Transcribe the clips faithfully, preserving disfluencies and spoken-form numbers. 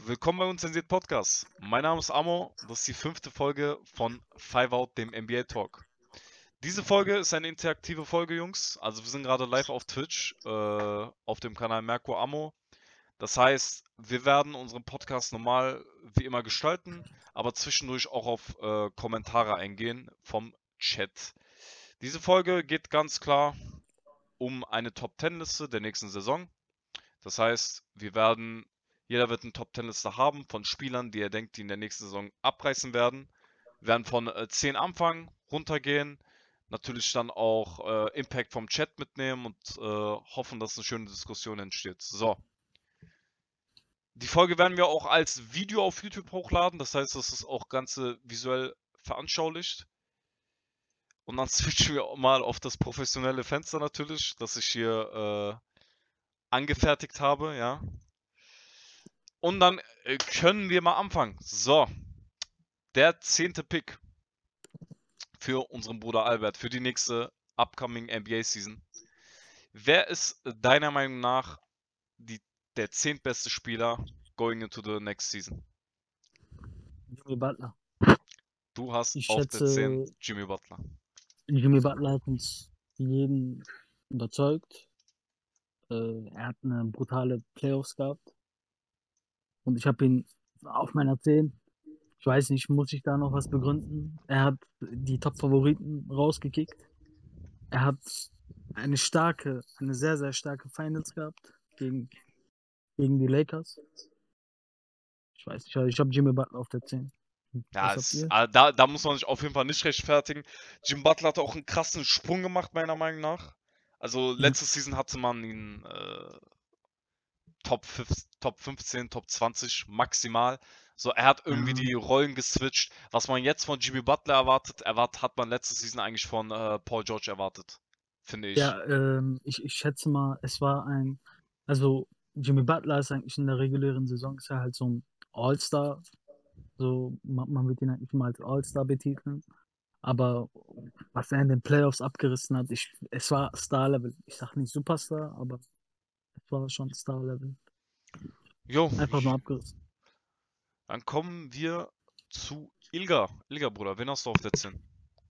Willkommen bei Unzensiert Podcast. Mein Name ist Amo, das ist die fünfte Folge von Five Out, dem N B A Talk. Diese Folge ist eine interaktive Folge, Jungs. Also wir sind gerade live auf Twitch, äh, auf dem Kanal Merkur Amo. Das heißt, wir werden unseren Podcast normal wie immer gestalten, aber zwischendurch auch auf äh, Kommentare eingehen vom Chat. Diese Folge geht ganz klar um eine Top Ten Liste der nächsten Saison. Das heißt, wir werden, jeder wird eine Top Ten Liste haben von Spielern, die er denkt, die in der nächsten Saison abreißen werden. Wir werden von äh, zehn anfangen, runtergehen, natürlich dann auch äh, Impact vom Chat mitnehmen und äh, hoffen, dass eine schöne Diskussion entsteht. So. Die Folge werden wir auch als Video auf YouTube hochladen, das heißt, das ist auch Ganze visuell veranschaulicht. Und dann switchen wir auch mal auf das professionelle Fenster natürlich, das ich hier äh, angefertigt habe, ja. Und dann äh, können wir mal anfangen. So, der zehnte Pick für unseren Bruder Albert für die nächste upcoming N B A-Season. Wer ist deiner Meinung nach die, der zehntbeste Spieler going into the next season? Jimmy Butler. Du hast Ich auf der zehn schätze, Jimmy Butler. Jimmy Butler hat uns jeden überzeugt. Äh, er hat eine brutale Playoffs gehabt. Und ich habe ihn auf meiner zehn. Ich weiß nicht, muss ich da noch was begründen? Er hat die Top-Favoriten rausgekickt. Er hat eine starke, eine sehr, sehr starke Finals gehabt gegen, gegen die Lakers. Ich weiß nicht, ich habe Jimmy Butler auf der zehn. Ja, Was habt es, ihr? äh, da, da muss man sich auf jeden Fall nicht rechtfertigen. Jim Butler hat auch einen krassen Sprung gemacht, meiner Meinung nach. Also Ja. letzte Season hatte man ihn äh, Top, fünf, Top fünfzehn, Top zwanzig maximal. So, er hat irgendwie Ja. die Rollen geswitcht. Was man jetzt von Jimmy Butler erwartet, erwartet hat man letzte Season eigentlich von äh, Paul George erwartet. Finde ich. Ja, ähm, ich, ich schätze mal, es war ein, also Jimmy Butler ist eigentlich in der regulären Saison ist er halt so ein All-Star, so man, man wird ihn eigentlich mal als All-Star betiteln, aber was er in den Playoffs abgerissen hat, ich, es war Star-Level. Ich sag nicht Superstar, aber es war schon Star-Level. Jo, Einfach nur abgerissen. dann kommen wir zu Ilga. Ilga, Bruder, wen hast du auf der zehn?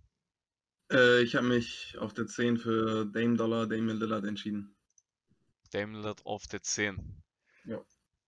Äh, ich habe mich auf der zehn für Dame Dollar, Damian Lillard entschieden. Dame Lillard auf der zehn. Ja.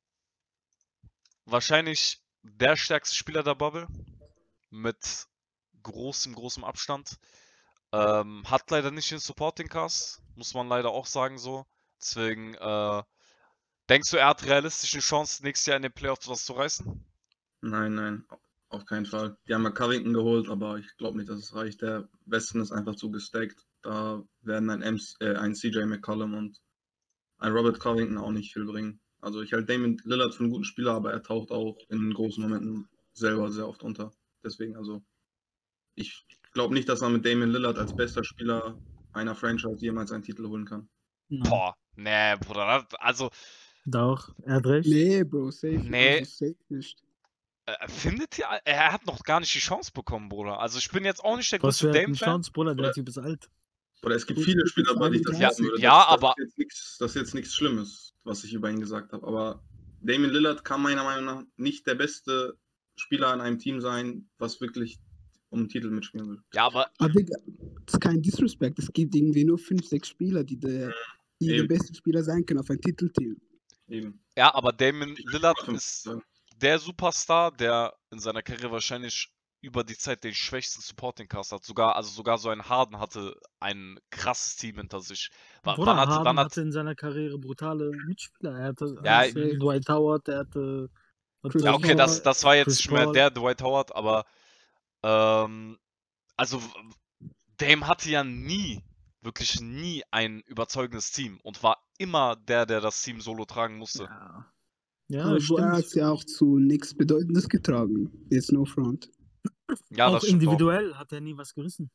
Wahrscheinlich der stärkste Spieler der Bubble. Mit großem, großem Abstand. Ähm, hat leider nicht den Supporting Cast, muss man leider auch sagen so. Deswegen, äh, denkst du, er hat realistische Chancen, nächstes Jahr in den Playoffs was zu reißen? Nein, nein, auf keinen Fall. Die haben ja Covington geholt, aber ich glaube nicht, dass es reicht. Der Westen ist einfach zu gestackt. Da werden ein, M C, äh, ein C J McCollum und ein Robert Covington auch nicht viel bringen. Also ich halte Damian Lillard für einen guten Spieler, aber er taucht auch in großen Momenten selber sehr oft unter. Deswegen, also ich glaube nicht, dass man mit Damian Lillard als bester Spieler einer Franchise jemals einen Titel holen kann. Nein. Boah, nee, Bruder, das- also, Doch, er hat recht. Nee, Bro, safe, Nee. also safe nicht. äh, findet ihr, er hat noch gar nicht die Chance bekommen, Bruder. Also ich bin jetzt auch nicht der Was größte für eine Dame-Fan. Chance, Bruder, der Typ ist alt. Oder es gibt Gut, viele gut, Spieler, bei denen ich das Ja, sagen würde. ja, das, das aber- Ist jetzt nichts, das ist jetzt nichts Schlimmes, was ich über ihn gesagt habe. Aber Damian Lillard kann meiner Meinung nach nicht der beste Spieler in einem Team sein, was wirklich um den Titel mitspielen will. Ja, aber Aber Digga, das ist kein Disrespect. Es gibt irgendwie nur fünf, sechs Spieler, die der, die der Eben. beste Spieler sein können auf ein Titelteam. Eben. Ja, aber Damian Lillard fünf ist sagen. der Superstar, der in seiner Karriere wahrscheinlich über die Zeit den schwächsten Supporting Cast hat. Sogar, also sogar so ein Harden hatte ein krasses Team hinter sich. W Bruder, wann hat, Harden wann hat, hatte in seiner Karriere brutale Mitspieler. Er hatte Ja, als safe. Dwight Howard, er hatte Chris ja, okay, das, Paul. das war jetzt Chris nicht mehr Paul. der Dwight Howard, aber ähm, also w- Dame hatte ja nie, wirklich nie ein überzeugendes Team und war immer der, der das Team solo tragen musste. Ja, ja Aber Bro, er hat stimmt. ja auch zu nichts Bedeutendes getragen. Jetzt no front. Ja, Auch das stimmt auch. individuell hat er nie was gerissen.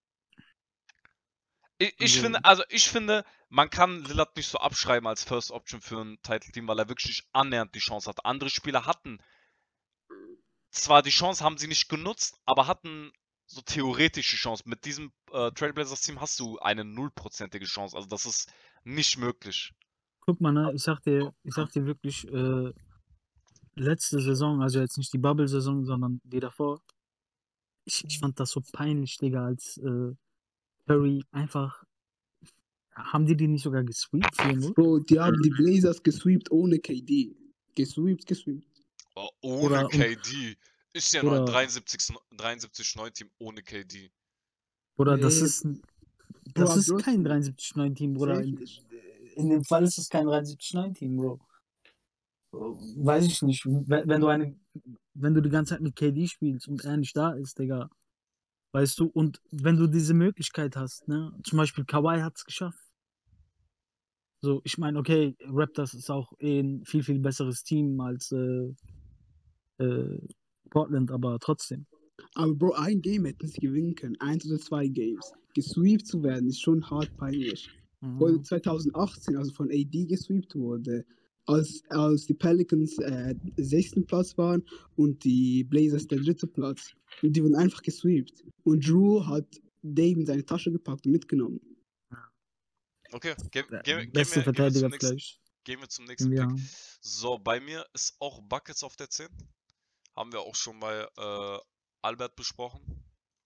Ich, ich Also- finde, also ich finde, man kann Lillard nicht so abschreiben als First Option für ein Title-Team, weil er wirklich nicht annähernd die Chance hat. Andere Spieler hatten zwar die Chance, haben sie nicht genutzt, aber hatten so theoretische Chance. Mit diesem äh, Trailblazers-Team hast du eine nullprozentige Chance. Also das ist nicht möglich. Guck mal, ne, ich sag dir, ich sag dir wirklich, äh, letzte Saison, also jetzt nicht die Bubble-Saison, sondern die davor, ich, ich fand das so peinlich, Digga, als äh, Curry einfach, haben die die nicht sogar gesweept vier null? Bro, die haben die Blazers gesweept ohne K D. Gesweept, gesweept. Oh, ohne Oder- und- K D. Ist ja nur ein oder- dreiundsiebzig neun Team ohne K D. Bruder, das Nee. ist, ein- Bro, das aber ist du hast- kein dreiundsiebzig neun Team, Bruder. Safe In, nicht. in dem Fall ist es kein dreiundsiebzig neun Team, Bro. Weiß ich nicht. Wenn, wenn du eine, wenn du die ganze Zeit mit K D spielst und er nicht da ist, Digga, weißt du, und wenn du diese Möglichkeit hast, ne, zum Beispiel Kawhi hat es geschafft. So, ich meine, okay, Raptors ist auch eh ein viel, viel besseres Team als äh, äh, Portland, aber trotzdem. Aber Bro, ein Game hätten sie gewinnen können. Eins oder zwei Games. Gesweept zu werden, ist schon hart peinlich. Mhm. Und zwanzig achtzehn, also von A D gesweept wurde, als, als die Pelicans äh, sechsten Platz waren und die Blazers der dritte Platz. Und die wurden einfach gesweept. Und Drew hat Dave in seine Tasche gepackt und mitgenommen. Okay, ge Der ge gehen, beste wir, gehen, wir Verteidiger zum nächsten, vielleicht, gehen wir zum den nächsten wir Pick. haben. So, bei mir ist auch Buckets auf der zehn. Haben wir auch schon bei äh, Albert besprochen.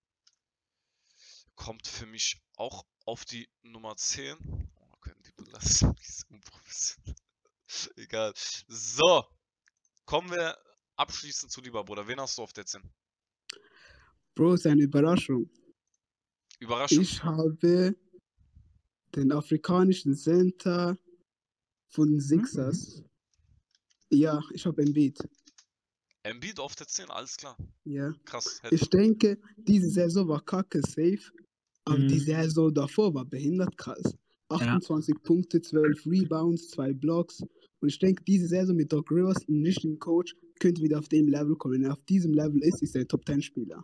Kommt für mich auch auf die Nummer zehn. Oh, können die belassen. Die ist unprofessionell. Egal. So, kommen wir abschließend zu lieber Bruder. Wen hast du auf der zehn? Bro, ist eine Überraschung. Überraschung. Ich habe den afrikanischen Center von den Sixers. Ja, ich habe Embiid. Embiid auf der zehn, alles klar. Ja. Krass. Hätte- Ich denke, diese Saison war kacke safe, aber Mhm. die Saison davor war behindert krass. achtundzwanzig Punkte, zwölf Rebounds, zwei Blocks. Und ich denke, diese Saison mit Doc Rivers, einem richtigen Coach, könnte wieder auf dem Level kommen. Wenn er auf diesem Level ist, ist er ein Top-zehn-Spieler.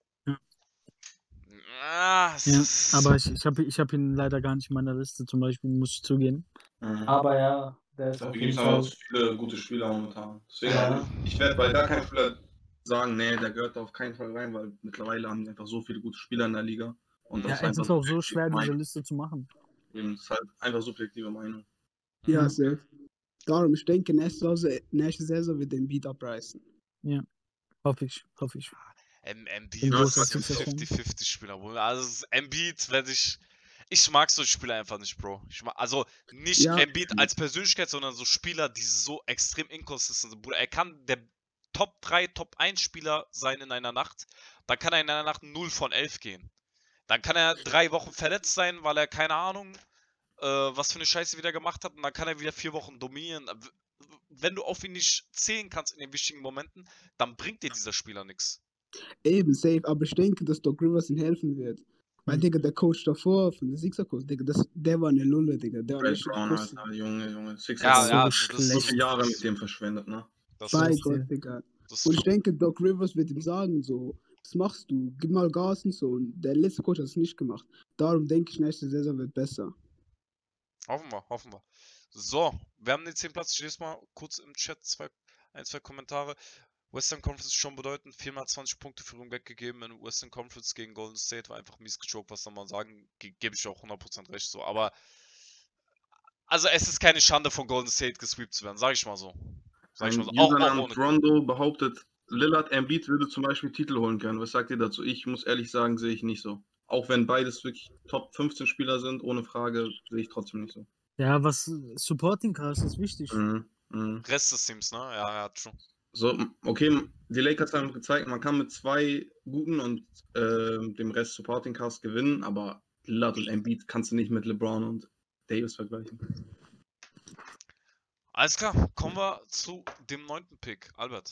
Ah, es Ja, ist- aber ich, ich habe ich hab ihn leider gar nicht in meiner Liste, zum Beispiel, muss ich zugeben. Aber ja, der ist Da auf gibt jeden es Fall. aber viele gute Spieler momentan. Deswegen, Ja. also ich, ich werde bei gar keinem Spieler sagen, nee, der gehört da auf keinen Fall rein, weil mittlerweile haben die einfach so viele gute Spieler in der Liga. Und das Ja, ist es einfach ist auch so subjektive schwer, diese Meinung. Liste zu machen. Eben, das ist halt einfach subjektive Meinung. Ja, Mhm. safe. Darum, ich denke, nächste Saison, nächste Saison wird Embiid abreißen. Hoffe ich, hoffe ich. M Embiid Bin ist großer ein Sixers-Fan. fünfzig fünfzig Spieler. Bruder. Also Embiid werde ich. Ich mag solche Spieler einfach nicht, Bro. Ich mag, also nicht Ja. Embiid als Persönlichkeit, sondern so Spieler, die so extrem inconsistent sind. Bruder, er kann der Top drei, Top eins Spieler sein in einer Nacht. Dann kann er in einer Nacht null von elf gehen. Dann kann er drei Wochen verletzt sein, weil er keine Ahnung, äh, was für eine Scheiße wieder gemacht hat. Und dann kann er wieder vier Wochen dominieren. W- Wenn du auf ihn nicht zählen kannst in den wichtigen Momenten, dann bringt dir dieser Spieler nichts. Eben, safe. Aber ich denke, dass Doc Rivers ihm helfen wird. Weil, Mhm. Digga, der Coach davor von der Sixer-Coach, Digga, das, der war eine Lulle, Digga. Der war Brad eine richtige Brown, Pussy. Alter, Junge, Junge. Six Ja, so ja, das so schlecht. viele Jahre mit dem verschwendet, ne? Das Bei ist, Gott, Digga. das Und ich ist denke, Doc Rivers wird ihm sagen, so, was machst du? Gib mal Gas und so. Und der letzte Coach hat es nicht gemacht. Darum denke ich, nächste Saison wird besser. Hoffen wir, hoffen wir. So, wir haben den zehnten Platz. Ich lese mal kurz im Chat zwei, ein, zwei Kommentare. Western Conference schon bedeutend, viermal zwanzig Punkte Führung weggegeben in Western Conference gegen Golden State, war einfach mies gechoked, was soll man sagen, Ge gebe ich auch hundert Prozent recht so, aber also es ist keine Schande von Golden State gesweept zu werden, sag ich mal so. Sag ich Ein mal so. Auch, User auch namens ohne. Rondo behauptet, Lillard Embiid würde zum Beispiel Titel holen können. Was sagt ihr dazu? Ich muss ehrlich sagen, sehe ich nicht so. Auch wenn beides wirklich Top fünfzehn Spieler sind, ohne Frage, sehe ich trotzdem nicht so. Ja, was äh, Supporting Cast ist wichtig. Mhm. Mhm. Rest des Teams, ne? Ja, ja, true. So, okay, die Lakers haben gezeigt, man kann mit zwei guten und äh, dem Rest Supporting Cast gewinnen, aber Lillard und Embiid kannst du nicht mit LeBron und Davis vergleichen. Alles klar, kommen wir zu dem neunten Pick. Albert.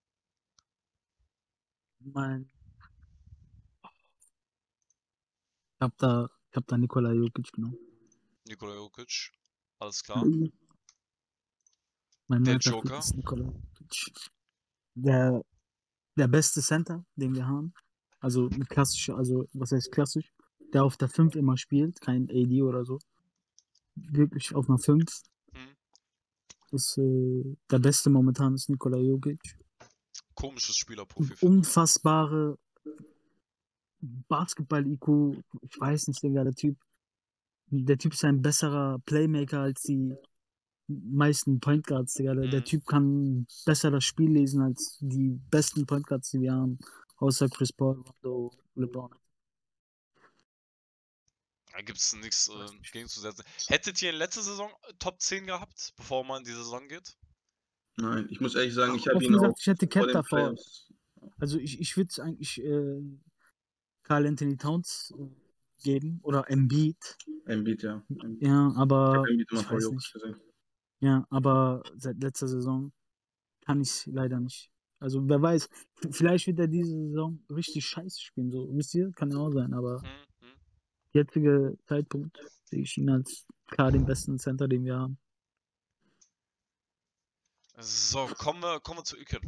Mein. Ich hab da, ich hab da Nikola Jokic genommen. Nikola Jokic. Alles klar. Mhm. Mein Der neunter Pick Joker. ist Nikola Jokic. Der, der beste Center, den wir haben. Also ein klassischer, also was heißt klassisch? Der auf der fünf immer spielt, kein A D oder so. Wirklich auf einer fünf. Hm. Ist äh, der beste momentan ist Nikola Jokic. Komisches Spielerprofil. Unfassbare Basketball-I Q. Ich weiß nicht, Digga, der Typ. Der Typ ist ein besserer Playmaker als die meisten Point Guards, Digga. Der, der Mhm. Typ kann besser das Spiel lesen als die besten Point Guards, die wir haben. Außer Chris Paul, Rondo, LeBron. Da gibt es nichts äh, gegenzusetzen. Hättet ihr in letzter Saison Top zehn gehabt, bevor man in die Saison geht? Nein, ich muss ehrlich sagen, ich habe Offen ihn auch gesagt, ich hätte vor Cat den davor. Playoffs. Also ich, ich würde es eigentlich äh, Karl Anthony Towns äh, geben oder Embiid. Embiid, ja. Ja, Ich aber habe Embiid immer ich vor weiß Jokic nicht. gesehen. Ja, aber seit letzter Saison kann ich es leider nicht. Also wer weiß, v- vielleicht wird er diese Saison richtig scheiße spielen. So, wisst ihr, kann ja auch sein, aber Mhm. mhm. jetziger Zeitpunkt sehe ich ihn als klar den besten Center, den wir haben. So, kommen wir, kommen wir zu Iken.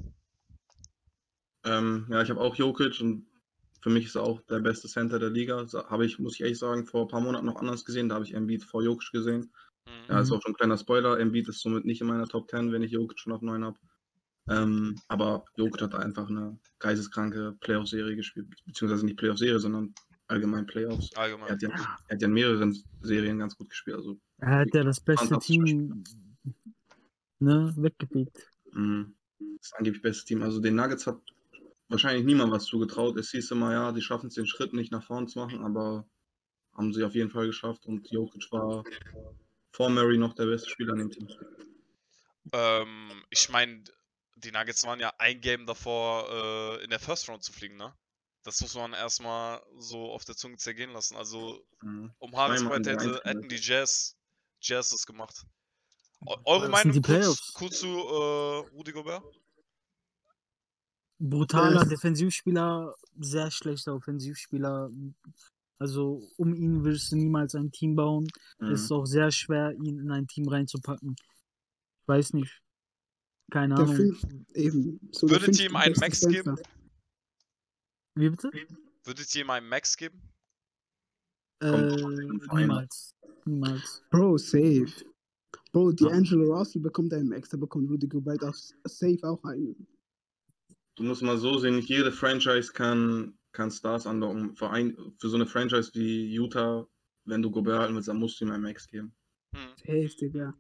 Ähm, ja, ich habe auch Jokic und für mich ist er auch der beste Center der Liga. Sa- Habe ich, muss ich ehrlich sagen, vor ein paar Monaten noch anders gesehen. Da habe ich Embiid vor Jokic gesehen. Mhm. Ja, ist Mhm. auch schon ein kleiner Spoiler. Embiid ist somit nicht in meiner Top zehn, wenn ich Jokic schon auf neun habe. Ähm, aber Jokic hat einfach eine geisteskranke Playoff-Serie gespielt. Beziehungsweise nicht Playoff-Serie, sondern allgemein Playoffs. Er Allgemein. hat, ja, Ja. er hat ja in mehreren Serien ganz gut gespielt. Also Er hat ja das beste fantastischer Spieler. Team ne, weggefegt. Mhm. Das angeblich beste Team. Also den Nuggets hat wahrscheinlich niemand was zugetraut. Es hieß immer, ja, die schaffen es den Schritt nicht nach vorne zu machen, aber haben sie auf jeden Fall geschafft und Jokic war vor Murray noch der beste Spieler an dem Team. Ähm, ich meine, die Nuggets waren ja ein Game davor, äh, in der First Round zu fliegen, ne? Das muss man erstmal so auf der Zunge zergehen lassen. Also, Mhm. um Zweimal Haaresbreite in der hätte, Einzelwelt. hätten die Jazz, Jazz das gemacht. Eu- Eure Das sind Meinung die kurz, Playoffs. kurz zu äh, Rudy Gobert? Brutaler Äh, Defensivspieler, sehr schlechter Offensivspieler. Also um ihn würdest du niemals ein Team bauen. Es Mhm. ist auch sehr schwer, ihn in ein Team reinzupacken. Ich weiß nicht. Keine der Ahnung. fünf, eben, so der Würdet ihr ihm fünfte einen beste Max Center. geben? Wie bitte? Würdet ihr ihm einen Max geben? Kommt Äh, drauf an, welchen Verein. niemals. Niemals. Bro, safe. Bro, Ja. D'Angelo Russell bekommt einen Max, der bekommt Rudy Gobert auch safe auch einen. Du musst mal so sehen, nicht jede Franchise kann, kann Stars anlocken. Verein, für so eine Franchise wie Utah, wenn du Gobert halten willst, dann musst du ihm einen Max geben. Hm. Safe, Digga.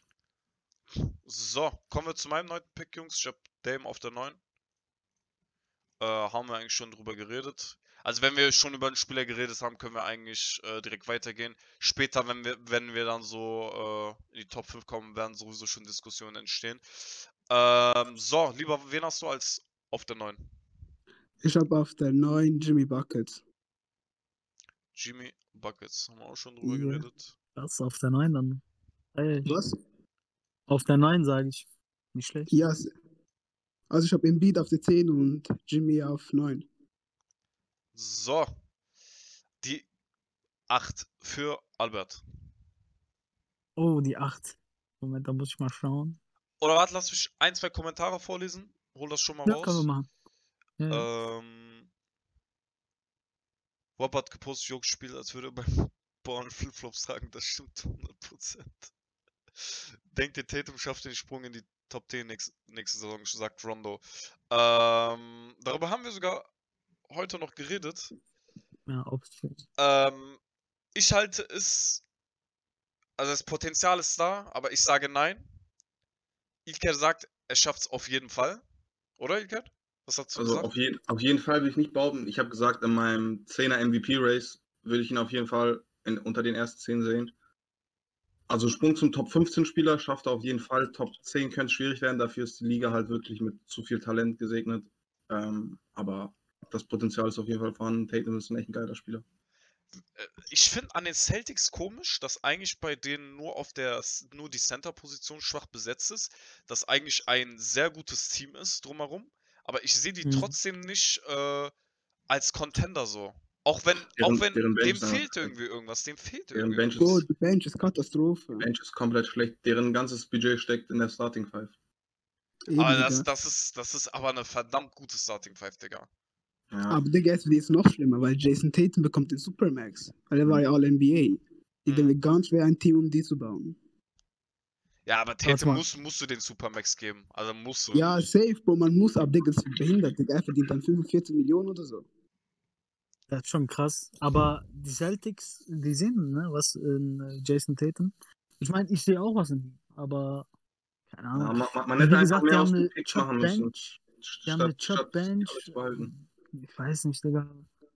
So, kommen wir zu meinem neunten Pick, Jungs. Ich habe Dame auf der neun. Äh, haben wir eigentlich schon drüber geredet. Also wenn wir schon über einen Spieler geredet haben, können wir eigentlich äh, direkt weitergehen. Später, wenn wir, wenn wir dann so äh, in die Top fünf kommen, werden sowieso schon Diskussionen entstehen. Ähm, so, lieber, wen hast du als auf der neun? Ich habe auf der neun Jimmy Buckets. Jimmy Buckets, haben wir auch schon drüber Ja. geredet. Was auf der neun dann? Ey, Was? auf der neun sage ich. Nicht schlecht. Ja, s- also ich habe Embiid auf der zehn und Jimmy auf neun. So, die acht für Albert. Oh, die acht. Moment, da muss ich mal schauen. Oder warte, lass mich ein, zwei Kommentare vorlesen. Hol das schon mal Ja, können wir raus. machen. Ja, ja. Ähm, Wop hat gepostet, Jokic spielt, als würde er beim Born Flipflops tragen. Das stimmt hundert Prozent. Denkt ihr, Tatum schafft den Sprung in die Top zehn nächste, nächste Saison, sagt Rondo. Ähm, darüber haben wir sogar heute noch geredet. Ja, auf Ähm, ich halte es, also das Potenzial ist da, aber ich sage nein. Ilker sagt, er schafft es auf jeden Fall. Oder, Ilker? Was hast du Also gesagt? auf, je, auf jeden Fall will ich nicht behaupten. Ich habe gesagt, in meinem zehner M V P-Race würde ich ihn auf jeden Fall in, unter den ersten zehn sehen. Also Sprung zum Top fünfzehn Spieler schafft er auf jeden Fall. Top zehn könnte schwierig werden, dafür ist die Liga halt wirklich mit zu viel Talent gesegnet. Ähm, aber das Potenzial ist auf jeden Fall vorhanden. Tatum ist ein echt ein geiler Spieler. Äh, Ich finde an den Celtics komisch, dass eigentlich bei denen nur auf der S- nur die Center-Position schwach besetzt ist, dass eigentlich ein sehr gutes Team ist drumherum, aber ich sehe die Mhm. trotzdem nicht äh, als Contender so. Auch wenn, Deren- auch wenn deren Bench dem ist einfach fehlt schlecht. irgendwie irgendwas, dem fehlt Deren irgendwie Bench Bro, irgendwas. die Bench ist Katastrophe. Bench ist komplett schlecht. Deren ganzes Budget steckt in der Starting Five. Eben, Aber Digga. das, das ist, das ist aber eine verdammt gute Starting Five, Digga. Ja. Aber Digga, es wird noch schlimmer, weil Jason Tatum bekommt den Supermax. Weil er war ja All N B A. Digga, Mhm. wird ganz schwer, ein Team um die zu bauen. Ja, aber Warte Tatum mal. musst, musst du den Supermax geben. Also musst du. Ja, safe, Bro, man muss ab, Digga, das ist behindert, Digga. Er verdient dann fünfundvierzig Millionen oder so. Das ist schon krass. Aber die Celtics, die sehen, ne, was in äh, Jason Tatum. Ich meine, ich sehe auch was in ihm. aber keine Ja, Ahnung. man, man, man Wie hätte einfach gesagt, die mehr haben aus dem eine Pick machen müssen. Top-Bench. Die haben eine Statt, statt Top-Bench. alles behalten. Ich weiß nicht, Digga.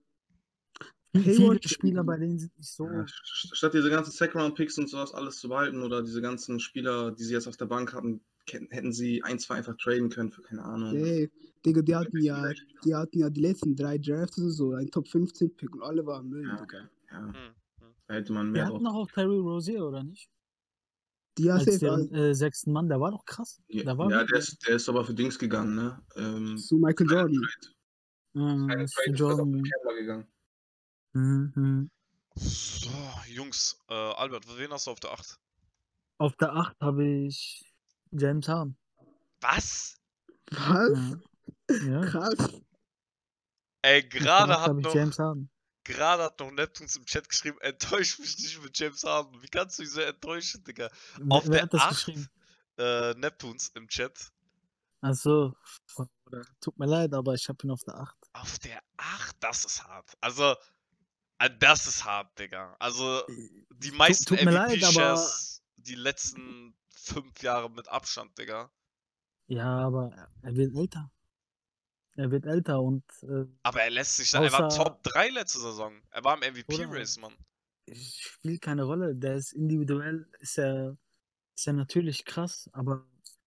Viele Hayward, Spieler bei denen sind nicht so. Ja, st- statt diese ganzen Second-Round-Picks und sowas alles zu behalten oder diese ganzen Spieler, die sie jetzt auf der Bank hatten, ken- hätten sie ein, zwei einfach traden können für keine Ahnung. ey, Digga, die hatten ja, die hatten ja die letzten drei Drafts oder so, ein Top fünfzehn Pick und alle waren Müll, Ja, Digga. ja, Hm, hm. da hätte man Die mehr hatten drauf. noch auch Terry Rozier, oder nicht? Die ja Als safe, deren also, äh, sechsten Mann, der war doch krass. Ja, Der war ja gut. der, ist, der ist aber für Dings gegangen, ne? Ähm, zu Michael Jordan. Ähm, Keine ist Trade zu ist halt auf Jordan. den Kemba gegangen. Mhm, mhm. So, Jungs, äh, Albert, wen hast du auf der acht? Auf der acht habe ich James Harden. Was? Was? Ja. ja. Krass. Ey, Auf der gerade acht hat habe ich noch, James Harden. gerade hat noch Neptunes im Chat geschrieben, enttäuscht mich nicht mit James Harden. Wie kannst du mich so enttäuschen, Digga? Wer, Auf wer der hat das acht, geschrieben? äh, Neptunes im Chat. Achso. Tut mir leid, aber ich habe ihn auf der acht. Auf der acht, das ist hart. Also, äh, das ist hart, Digga. Also, die meisten tut mir leid, aber- M V P-Shares die letzten fünf Jahre mit Abstand, Digga. Ja, aber er wird älter. Er wird älter und äh, Aber er lässt sich, er war Außer- Top drei letzte Saison. Er war im M V P-Race, Mann. spielt keine Rolle. Der ist individuell, ist er, ist er natürlich krass, aber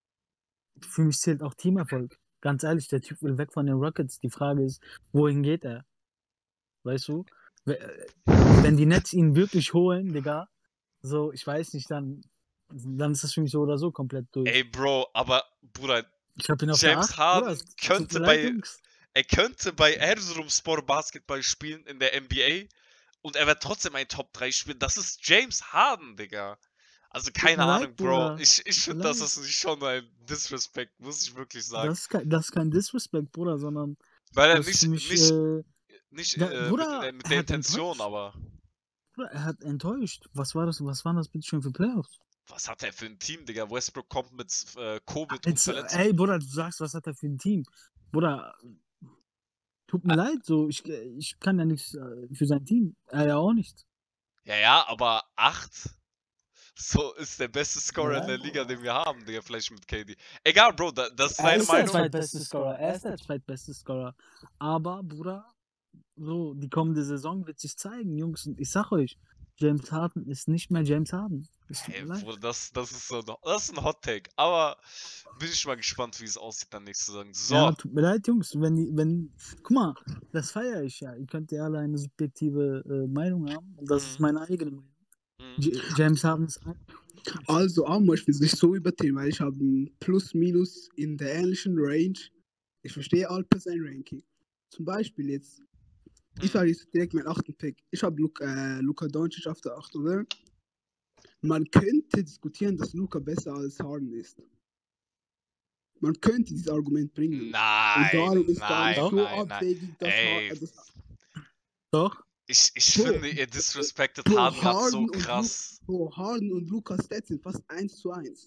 für mich zählt auch Teamerfolg. Ganz ehrlich, der Typ will weg von den Rockets. Die Frage ist, wohin geht er? Weißt du? We- Wenn die Nets ihn wirklich holen, Digga, so, ich weiß nicht, dann, dann ist das für mich so oder so komplett durch. Ey, Bro, aber, Bruder, ich hab ihn auf der James acht. Harden Bruder, es tut könnte mir bei- leid, Jungs. er könnte bei Erzurumspor Basketball spielen in der N B A und er wird trotzdem ein Top drei spielen. Das ist James Harden, Digga. Also keine mir leid, Ahnung, Bro. Bruder. Ich, ich Tut finde, mir das leid. ist schon ein Disrespect, muss ich wirklich sagen. Das ist, kein, das ist kein Disrespect, Bruder, sondern Weil er das ist nicht, für mich, nicht, äh, nicht da- äh, Bruder, mit, äh, mit er der hat Intention, enttäuscht. aber Bruder, er hat enttäuscht. Was war das? Was waren das bitte schon für Playoffs? was hat er für ein Team, Digga? Westbrook kommt mit äh, Covid und Jetzt, Verletzung. ey, Bruder, du sagst, was hat er für ein Team? Bruder, tut mir Ah. leid, so, ich, ich kann ja nichts äh, für sein Team. Er ja auch nicht. Ja, ja, aber acht so ist der beste Scorer Ja. in der Liga, den wir haben, Digga, vielleicht mit K D. Egal, Bro, da, das ist Er deine ist der Meinung. zweitbeste Scorer. Er ist der zweitbeste Scorer. Aber, Bruder, so, die kommende Saison wird sich zeigen, Jungs. Und ich sag euch, James Harden ist nicht mehr James Harden. Es tut Hey, mir leid. Bruder, das, das ist so ein, das ist ein Hot Take. Aber bin ich mal gespannt, wie es aussieht dann nächste Saison. So, Ja, tut mir leid, Jungs. Wenn, die- wenn, guck mal, das feiere ich ja. Ihr könnt ja alle eine subjektive äh, Meinung haben. Und das ist Mhm. meine eigene Meinung. mhm. J James Harden ist ein. Also, Amo, ich will es nicht so übertrieben, weil ich habe ein Plus-Minus in der ähnlichen Range. Ich verstehe Alpes ein Ranking. Zum Beispiel jetzt, ich Mhm. sage jetzt direkt meinen achten Pick. Ich habe Luka, äh, Luka Doncic auf der acht, oder? Man könnte diskutieren, dass Luka besser als Harden ist. Man könnte dieses Argument bringen. Und darum Nein, ist gar nicht nein, so nein, nein. abwegig, dass Ey, Harden. Das, Doch. ich, ich Bro, finde, ihr disrespectet Bro, Harden gerade so Harden und Lu- krass. Bro, Harden und Lukas Stats sind fast eins zu eins.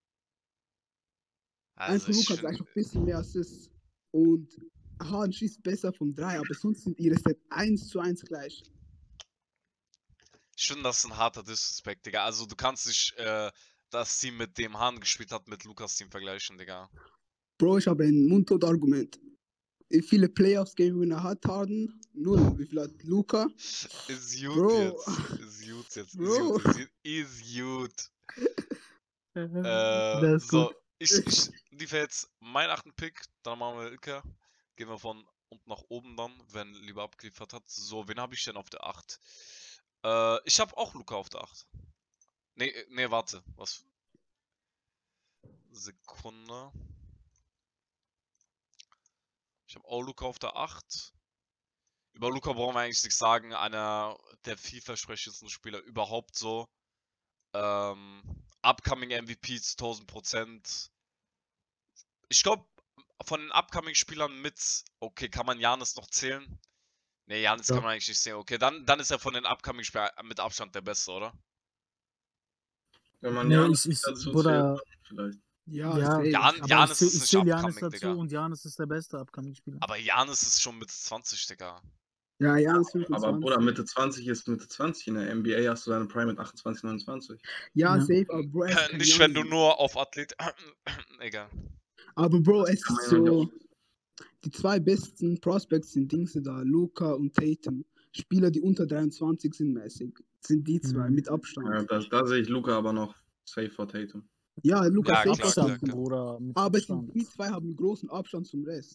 Also Einfach ich Lukas finde, einfach ein bisschen mehr Assists. Und Harden schießt besser vom drei, aber sonst sind ihre Stats eins zu eins gleich. ich finde, das ist ein harter Disrespect, Digga. Also du kannst nicht äh, das Team, mit dem Harden gespielt hat, mit Lukas Team vergleichen, Digga. Bro, ich habe ein Mundtot-Argument. Wie viele Playoffs-Game-Winner hat Harden? Null. Wie viel hat Luka? Ist gut Bro. jetzt. Ist gut jetzt. Ist Bro. gut. Ist, ist gut. Äh, Der ist so, gut. ich, ich liefere jetzt meinen achten Pick, dann machen wir Ilka. Gehen wir von unten nach oben dann, wenn lieber abgeliefert hat. So, wen habe ich denn auf der acht? Äh, ich habe auch Luka auf der acht. Nee, nee, warte. Was? Sekunde. Ich habe auch Luka auf der acht. Über Luka brauchen wir eigentlich nichts sagen. Einer der vielversprechendsten Spieler überhaupt so. Ähm, upcoming M V Ps tausend Prozent. Ich glaube, von den upcoming Spielern mit, okay, kann man Janis noch zählen? Ne, Janis Ja. kann man eigentlich nicht sehen. Okay, dann, dann ist er von den upcoming Spielern mit Abstand der Beste, oder? Wenn man Nee, Janis ich, ich, dazu Bruder, zählt, vielleicht. Ja, Ja. safe. Jan, aber Janis ich, ist ich nicht zähle Janis upcoming, dazu Digga. und Janis ist der beste Upcoming-Spieler. Aber Janis ist schon mit zwanzig, Digga. Ja, Janis Aber Bruder, fünfundzwanzig. Mitte zwanzig ist Mitte zwanzig. In der N B A hast du deine Prime mit achtundzwanzig, neunundzwanzig. Ja, Ja. safe, aber Bro, er ist kein Nicht, wenn du Giannis. nur auf Athlet. Egal. Aber Bro, Das es kann ist man ja so, nicht die zwei besten Prospects sind Dings da, Luka und Tatum. Spieler, die unter dreiundzwanzig sind mäßig. Sind die zwei Mhm. mit Ja, Abstand. da, da sehe ich Luca aber noch safe vor Tatum. Ja, Luka Ja, safe Mit klar, vor klar, Abstand, Tatum. klar. Bruder. Mit Aber es sind, Abstand. die zwei haben einen großen Abstand zum Rest.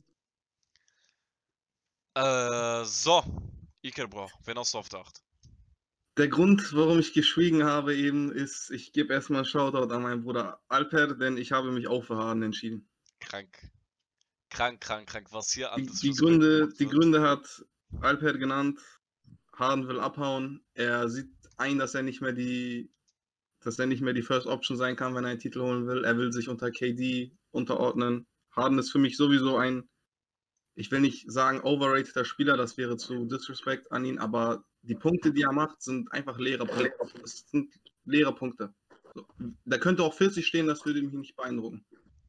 Äh, so. Iker, Bro, wen hast du auf der acht? Der Grund, warum ich geschwiegen habe eben, ist, ich gebe erstmal einen Shoutout an meinen Bruder Alper, denn ich habe mich auch für Harden entschieden. Krank. Krank, krank, krank. Was hier an Die, die, Disrespect Gründe, gemacht die wird. Gründe hat Alper genannt. Harden will abhauen. Er sieht ein, dass er nicht mehr die, dass er nicht mehr die First Option sein kann, wenn er einen Titel holen will. Er will sich unter K D unterordnen. Harden ist für mich sowieso ein, ich will nicht sagen overrateder Spieler, das wäre zu Disrespect an ihn, aber die Punkte, die er macht, sind einfach leere Punkte. Das sind leere Punkte. So. Da könnte auch vierzig stehen, das würde mich nicht beeindrucken.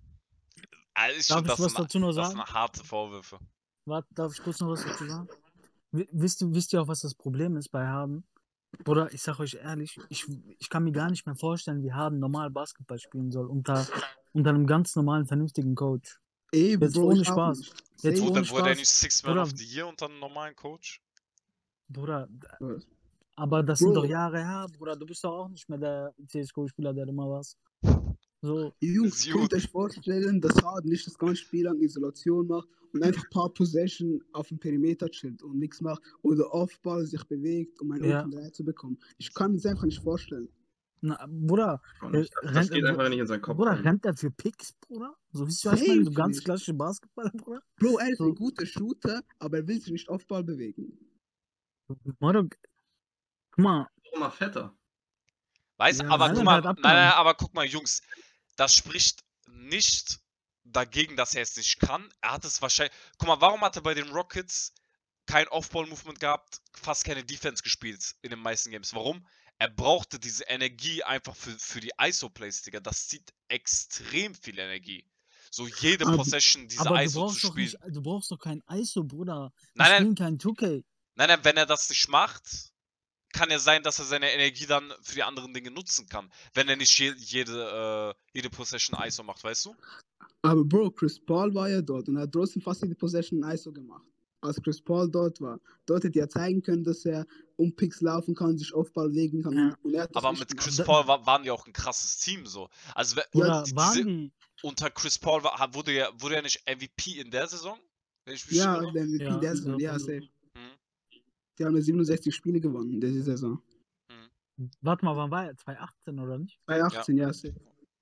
Also ich Darf finde, ich das, was sind, dazu noch das sagen? sind harte Vorwürfe. Warte, darf ich kurz noch was dazu sagen? W- Wisst ihr, wisst ihr auch, was das Problem ist bei Harden? Bruder, ich sag euch ehrlich, ich, ich kann mir gar nicht mehr vorstellen, wie Harden normal Basketball spielen soll unter, unter einem ganz normalen, vernünftigen Coach. Eben, Jetzt Bro, ohne ich auch Spaß. nicht. Jetzt Safe. ohne Wurde, wurde er Spaß. nicht Six Man Bruder, of the Year unter einem normalen Coach? Bruder, Was? aber das sind Bro. doch Jahre her, Bruder. Du bist doch auch nicht mehr der C S G O-Spieler, der du mal warst. So, Jungs, Ist könnt gut. ihr euch vorstellen, dass Harden nicht das ganze Spiel lang Isolation macht und einfach ein paar Possession auf dem Perimeter chillt und nichts macht oder Offball sich bewegt, um einen Ja. Open drei zu bekommen. Ich kann mir das einfach nicht vorstellen. na, Bruder, Auch äh, nicht. Das, das rennt, geht äh, einfach nicht in seinen Kopf Bruder, rein. rennt er für Picks, Bruder? So, wisst ihr, was ich meine? So Safe ganz nicht. klassische Basketball, Bruder? Bro, er ist So. ein guter Shooter, aber er will sich nicht Offball bewegen. Bruder, guck mal, Immer fetter. Weißt Ja, aber nein, guck nein, mal, der hat nein, nein, abgenommen. aber guck mal, Jungs, das spricht nicht dagegen, dass er es nicht kann. Er hat es wahrscheinlich. Guck mal, warum hat er bei den Rockets kein Off-Ball-Movement gehabt, fast keine Defense gespielt in den meisten Games? Warum? Er brauchte diese Energie einfach für, für die I S O-Plays, Digga. Das zieht extrem viel Energie. So jede Aber- Possession diese Aber I du S O zu brauchst doch spielen. nicht, du brauchst doch kein I S O, Bruder. Wir Nein, nein. spielen kein zwei K. Nein, nein, wenn er das nicht macht, kann ja sein, dass er seine Energie dann für die anderen Dinge nutzen kann. Wenn er nicht je, jede, äh, jede Possession I S O macht, weißt du? Aber Bro, Chris Paul war ja dort und er hat trotzdem fast jede Possession in I S O gemacht. Als Chris Paul dort war. Dort hätte er zeigen können, dass er um Picks laufen kann, sich Offball legen kann. Ja. Und er hat das Aber nicht mit gemacht. Chris Da- Paul war, waren die auch ein krasses Team so. Also we- Bruder, die, waren diese, die? unter Chris Paul war, hat- wurde ja wurde er nicht M V P in der Saison? Wenn ich mich Ja, irre? der M V P Ja, der Saison, so ja, von- safe. Hm, Die haben ja siebenundsechzig Spiele gewonnen in dieser Saison. hm. Warte mal, wann war er? zwanzig achtzehn oder nicht? zwanzig achtzehn, ja, safe.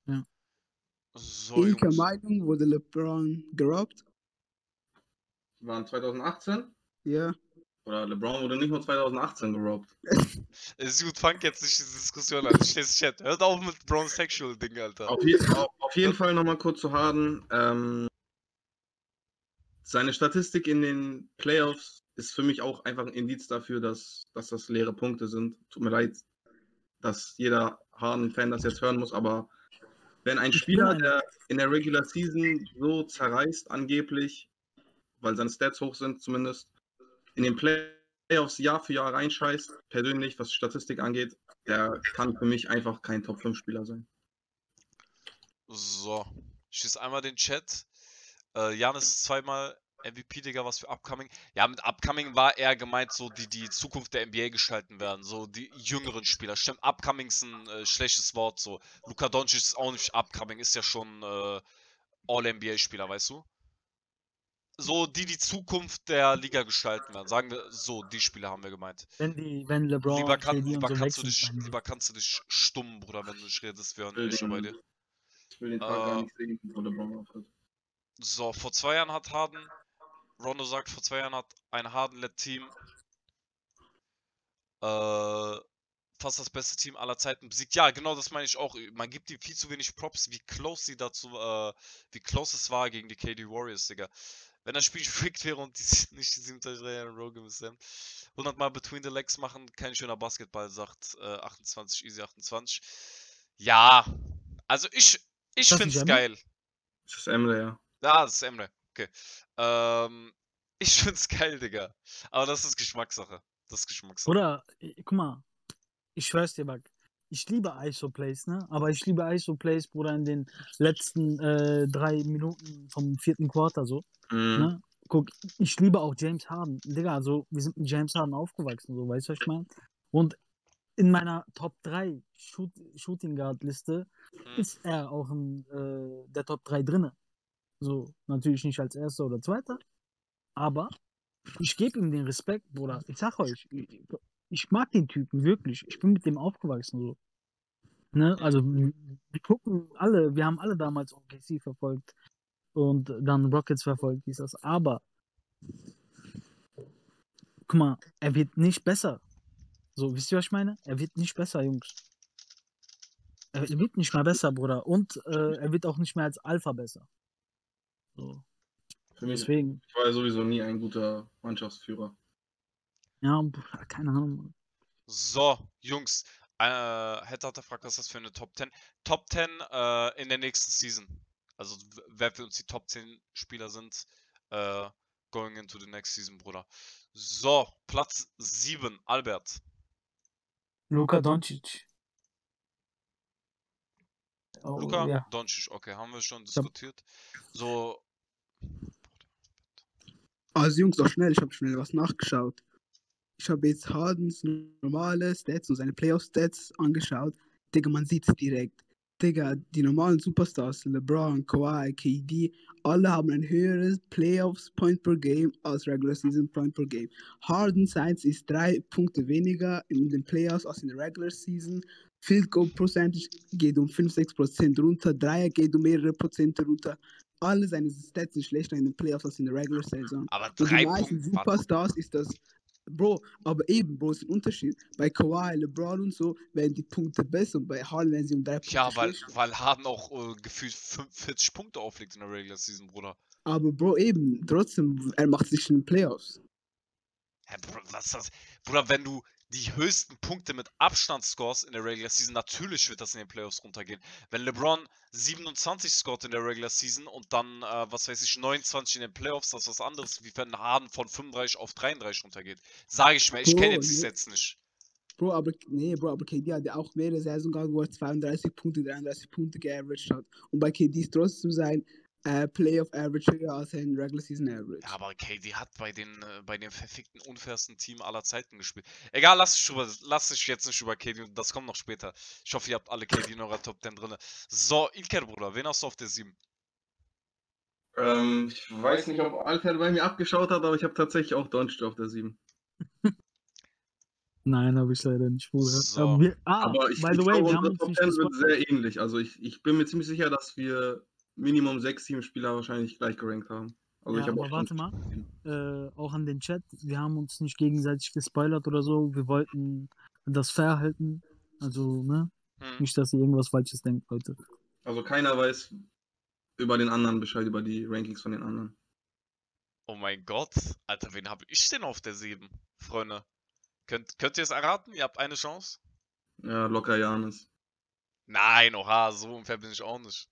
So, Ilker Jungs. Meinung, wurde LeBron gerobbt? Waren zwanzig achtzehn? Ja. Oder LeBron wurde nicht nur zwanzig achtzehn gerobbt. Ist gut, fang jetzt nicht diese Diskussion an. Ich lese Chat. Hört auf mit Brown Sexual Ding, Alter. Auf, je auf, auf jeden Fall nochmal kurz zu Harden. Ähm, seine Statistik in den Playoffs ist für mich auch einfach ein Indiz dafür, dass, dass das leere Punkte sind. Tut mir leid, dass jeder Harden-Fan das jetzt hören muss, aber wenn ein Ich bin Spieler, einer. der in der Regular Season so zerreißt, angeblich, weil seine Stats hoch sind zumindest, in den Playoffs Jahr für Jahr reinscheißt, persönlich, was Statistik angeht, der kann für mich einfach kein Top fünf Spieler sein. So. Ich schließe einmal den Chat. Äh, Janis zweimal M V P, Digga, was für Upcoming. Ja, mit Upcoming war eher gemeint, so die die Zukunft der N B A gestalten werden. So die jüngeren Spieler. Stimmt, Upcoming ist ein äh, schlechtes Wort. So. Luka Doncic ist auch nicht Upcoming, ist ja schon äh, All-N B A-Spieler, weißt du? So, die die Zukunft der Liga gestalten werden. Sagen wir so, die Spieler haben wir gemeint. Wenn die, wenn LeBron, Lieber, kann, K D und lieber, so weg kannst du sind, dich, meinen die. lieber kannst du dich stummen, Bruder, wenn du nicht redest. Wir hören will eh schon bei den- dir. Ich will den Tag gar Äh, nicht sehen, wo LeBron auftritt. So, vor zwei Jahren hat Harden, Rondo sagt, vor zwei Jahren hat ein Harden-led Team äh, fast das beste Team aller Zeiten besiegt. Ja, genau, das meine ich auch. Man gibt ihm viel zu wenig Props, wie close sie dazu, äh, wie close es war gegen die K D Warriors, Digga. Wenn das Spiel freakt wäre und die, nicht die siebenunddreißig Jahre in Rogue müssen, hundert Mal Between the Legs machen, kein schöner Basketball, sagt äh, achtundzwanzig, Easy achtundzwanzig. Ja, also ich, ich Das find's nicht Emre? geil. Das ist Emre, ja. Ja, das ist Emre. Okay. Ähm, Ich find's geil, Digga. Aber das ist Geschmackssache. Das ist Geschmackssache. Oder, äh, guck mal, ich schwör's dir, Back. Ich liebe I S O-Plays, ne? Aber ich liebe I S O-Plays, Bruder, in den letzten äh, drei Minuten vom vierten Quarter so. Mhm. Ne? Guck, ich liebe auch James Harden. Digga, also wir sind mit James Harden aufgewachsen, so, weißt du, was ich meine? Und in meiner Top drei Shoot Shooting Guard Liste Hm. ist er auch in äh, der Top drei drinne. So, natürlich nicht als erster oder zweiter, aber ich gebe ihm den Respekt, Bruder. Ich sag euch, ich, ich mag den Typen wirklich. Ich bin mit dem aufgewachsen, so. Ne? Also, wir wir gucken alle, wir haben alle damals O K C verfolgt und dann Rockets verfolgt, hieß das. Aber, guck mal, er wird nicht besser. So, wisst ihr, was ich meine? Er wird nicht besser, Jungs. Er wird nicht mehr besser, Bruder. Und äh, er wird auch nicht mehr als Alpha besser. So, Für mich deswegen, ich war ja sowieso nie ein guter Mannschaftsführer. ja, Bruder, keine Ahnung. So, Jungs. Äh, Head hat gefragt, was ist das für eine Top zehn? Top zehn äh, in der nächsten Season. Also, w- wer für uns die Top zehn Spieler sind, äh, going into the next season, Bruder. So, Platz sieben, Albert. Luka Doncic. Oh, Luka ja. Doncic, okay, haben wir schon hab- diskutiert. So, Also Jungs, doch schnell, ich habe schnell was nachgeschaut. Ich habe jetzt Hardens normale Stats und seine Playoff-Stats angeschaut. Digga, man sieht's direkt. Digga, die normalen Superstars, LeBron, Kawhi, K D, alle haben ein höheres Playoffs Point per Game als Regular Season Point per Game. Harden seins ist drei Punkte weniger in den Playoffs als in der Regular Season. Field Goal Percentage geht um fünf, sechs Prozent runter, Dreier geht um mehrere Prozent runter. Alle seine Stats sind schlechter in den Playoffs als in der Regular Season. aber Und die drei meisten Punkte. Warte. Superstars ist das, Bro, aber eben, Bro, ist ein Unterschied. Bei Kawhi, LeBron und so werden die Punkte besser und bei Harden werden sie um drei Punkte Ja, weil, schlechter. weil Harden auch äh, gefühlt fünfundvierzig Punkte auflegt in der Regular Season, Bruder. Aber Bro, eben, trotzdem, er macht sich in den Playoffs. Hä, Bruder, was ist das? Bruder, wenn du die höchsten Punkte mit Abstand scores in der Regular Season, natürlich wird das in den Playoffs runtergehen. Wenn LeBron siebenundzwanzig scoret in der Regular Season und dann, äh, was weiß ich, neunundzwanzig in den Playoffs, das ist was anderes, wie wenn Harden von fünfunddreißig auf dreiunddreißig runtergeht. Sage ich mir, ich Bro, kenne jetzt die nee. Sets nicht. Bro, aber nee, Bro, aber K D hat ja auch mehrere Saison gehabt, wo er zweiunddreißig Punkte, dreiunddreißig Punkte geaveraged hat. Und bei K D ist trotzdem sein äh, Playoff Average höher als sein Regular Season Average. Ja, aber K D hat bei den äh, bei dem verfickten, unfairsten Team aller Zeiten gespielt. Egal, lass dich, über, lass dich jetzt nicht über K D, das kommt noch später. Ich hoffe, ihr habt alle K D in eurer Top zehn drin. So, Ilker, Bruder, wen hast du auf der sieben? Ähm, ich weiß nicht, ob Alter bei mir abgeschaut hat, aber ich habe tatsächlich auch Doncic auf der sieben. Nein, habe ich leider nicht, Bruder. So. Aber wir, ah, Aber ich, by ich the way, glaube, wir haben unsere uns Top nicht zehn wird gespoilert. sehr ähnlich. Also ich, ich bin mir ziemlich sicher, dass wir Minimum sechs, sieben Spieler wahrscheinlich gleich gerankt haben. Also ich Ja, habe aber auch warte mal, Doncic gesehen. äh, auch an den Chat, wir haben uns nicht gegenseitig gespoilert oder so. Wir wollten das fair halten. Also, ne? Hm. Nicht, dass ihr irgendwas Falsches denkt, Leute. Also keiner weiß über den anderen Bescheid, über die Rankings von den anderen. Oh mein Gott. Alter, wen habe ich denn auf der sieben? Freunde. Könnt, könnt ihr es erraten? Ihr habt eine Chance? Ja, locker Janis. Nein, oha, so unfair bin ich auch nicht.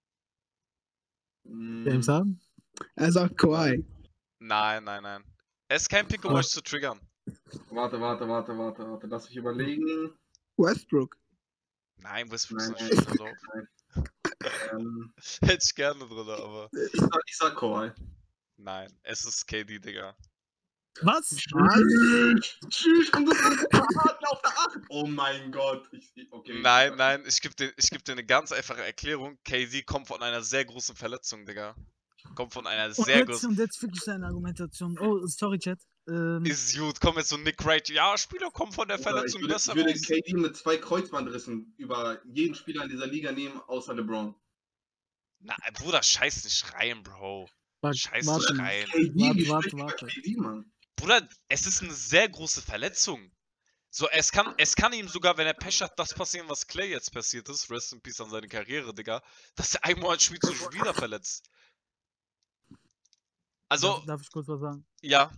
James Mm, Harden? Er sagt Kawhi. Nein, nein, nein. Es ist kein Pick, um Ah. euch zu triggern. Warte, warte, warte, warte, warte. Lass mich überlegen. Westbrook. Nein, Westbrook ist Nein, nicht nein, drin, pass auf. Ähm, Hätte ich gerne drin, aber ich, sag, ich sag Kawhi. nein. Es ist K D, Digga. Was? Tschüss, tschüss, und das ist Harden auf der acht. Oh mein Gott. Ich, ich- okay. Nein, nein, ich gebe dir, ich geb dir eine ganz einfache Erklärung. K D kommt von einer sehr großen Verletzung, Digga. Kommt von einer Und sehr jetzt, großen. und jetzt wirklich seine Argumentation. Oh, sorry, Chat. Ähm, Ist gut, komm jetzt so Nick Wright. Ja, Spieler kommen von der Bruder, ich Verletzung würde, besser ich würde raus. K D mit zwei Kreuzbandrissen über jeden Spieler in dieser Liga nehmen, außer LeBron. Na, Bruder, scheiß nicht rein, Bro. warte, Scheiß warte, nicht rein. K D, Warte, wie warte, spricht über warte. K D, Mann? Bruder, es ist eine sehr große Verletzung. So, es kann, es kann ihm sogar, wenn er Pech hat, das passieren, was Clay jetzt passiert ist. Rest in Peace an seine Karriere, Digga. Dass er einmal ein Spiel zu schon wieder verletzt. Also, darf, darf ich kurz was sagen? ja.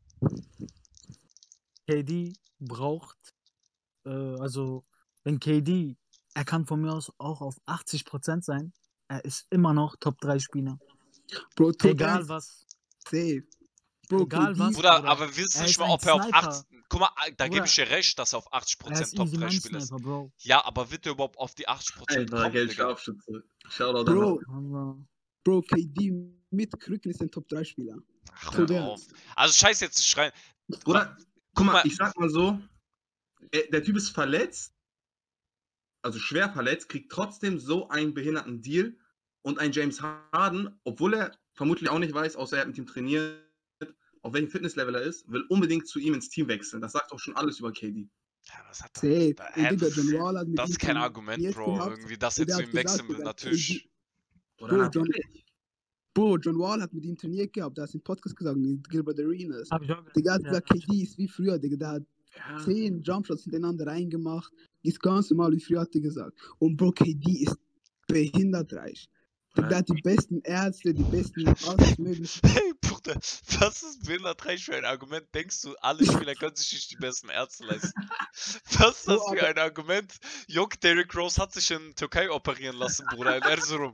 K D braucht, äh, also, wenn K D, er kann von mir aus auch auf achtzig Prozent sein, er ist immer noch Top drei Spieler. Bro, Top Egal eins, was. safe. Bro, Egal K D, was, Bruder, Bruder. aber wir wissen Er nicht ist mal, ein ob er auf Sniper. acht. Guck mal, da gebe Bruder, ich dir recht, dass er auf achtzig Er Prozent ist Top easy drei Money Spieler ist. Sniper, Bro. Ja, aber wird er überhaupt auf die achtzig Prozent Einfacher kommen, Digga? Geldscharfschütze. Shoutout an Bro, Aber Bro, K D mit Krücken ist ein Top drei Spieler. Ach, So hör der. auf. Also scheiß jetzt nicht schreien. Bruder, Guck guck mal, mal. ich sag mal so, äh, der Typ ist verletzt, also schwer verletzt, kriegt trotzdem so einen behinderten Deal und ein James Harden, obwohl er vermutlich auch nicht weiß, außer er hat mit ihm trainiert, auf welchem Fitnesslevel er ist, will unbedingt zu ihm ins Team wechseln. Das sagt auch schon alles über K D. Ja, was hat Safe. er? Und Hä, Digga, das, John Wall hat mit das ihm ist kein Argument, trainiert Bro. gehabt. Irgendwie, dass Und er der zu hat ihm gesagt, wechseln will, Digga, natürlich. Oder Bro, John, natürlich. Bro, John Wall hat mit ihm trainiert gehabt, da hast du im Podcast gesagt, mit Gilbert Arenas. hab ich auch Digga hat gesagt, gesagt, ja. K D ist wie früher, Digga, der hat Ja. zehn Jumpshots hintereinander reingemacht. Ist ganz normal, wie früher hat er gesagt. Und Bro, K D ist behindert reich. Digga, der hat die besten Ärzte, die besten alles mögliche. Hey, Bruder, was ist behindert reich für ein Argument? Denkst du, alle Spieler können sich nicht die besten Ärzte leisten? Was ist das Bro, für aber- ein Argument? Juck, Derrick Rose hat sich in Türkei operieren lassen, Bruder, in Erzurum.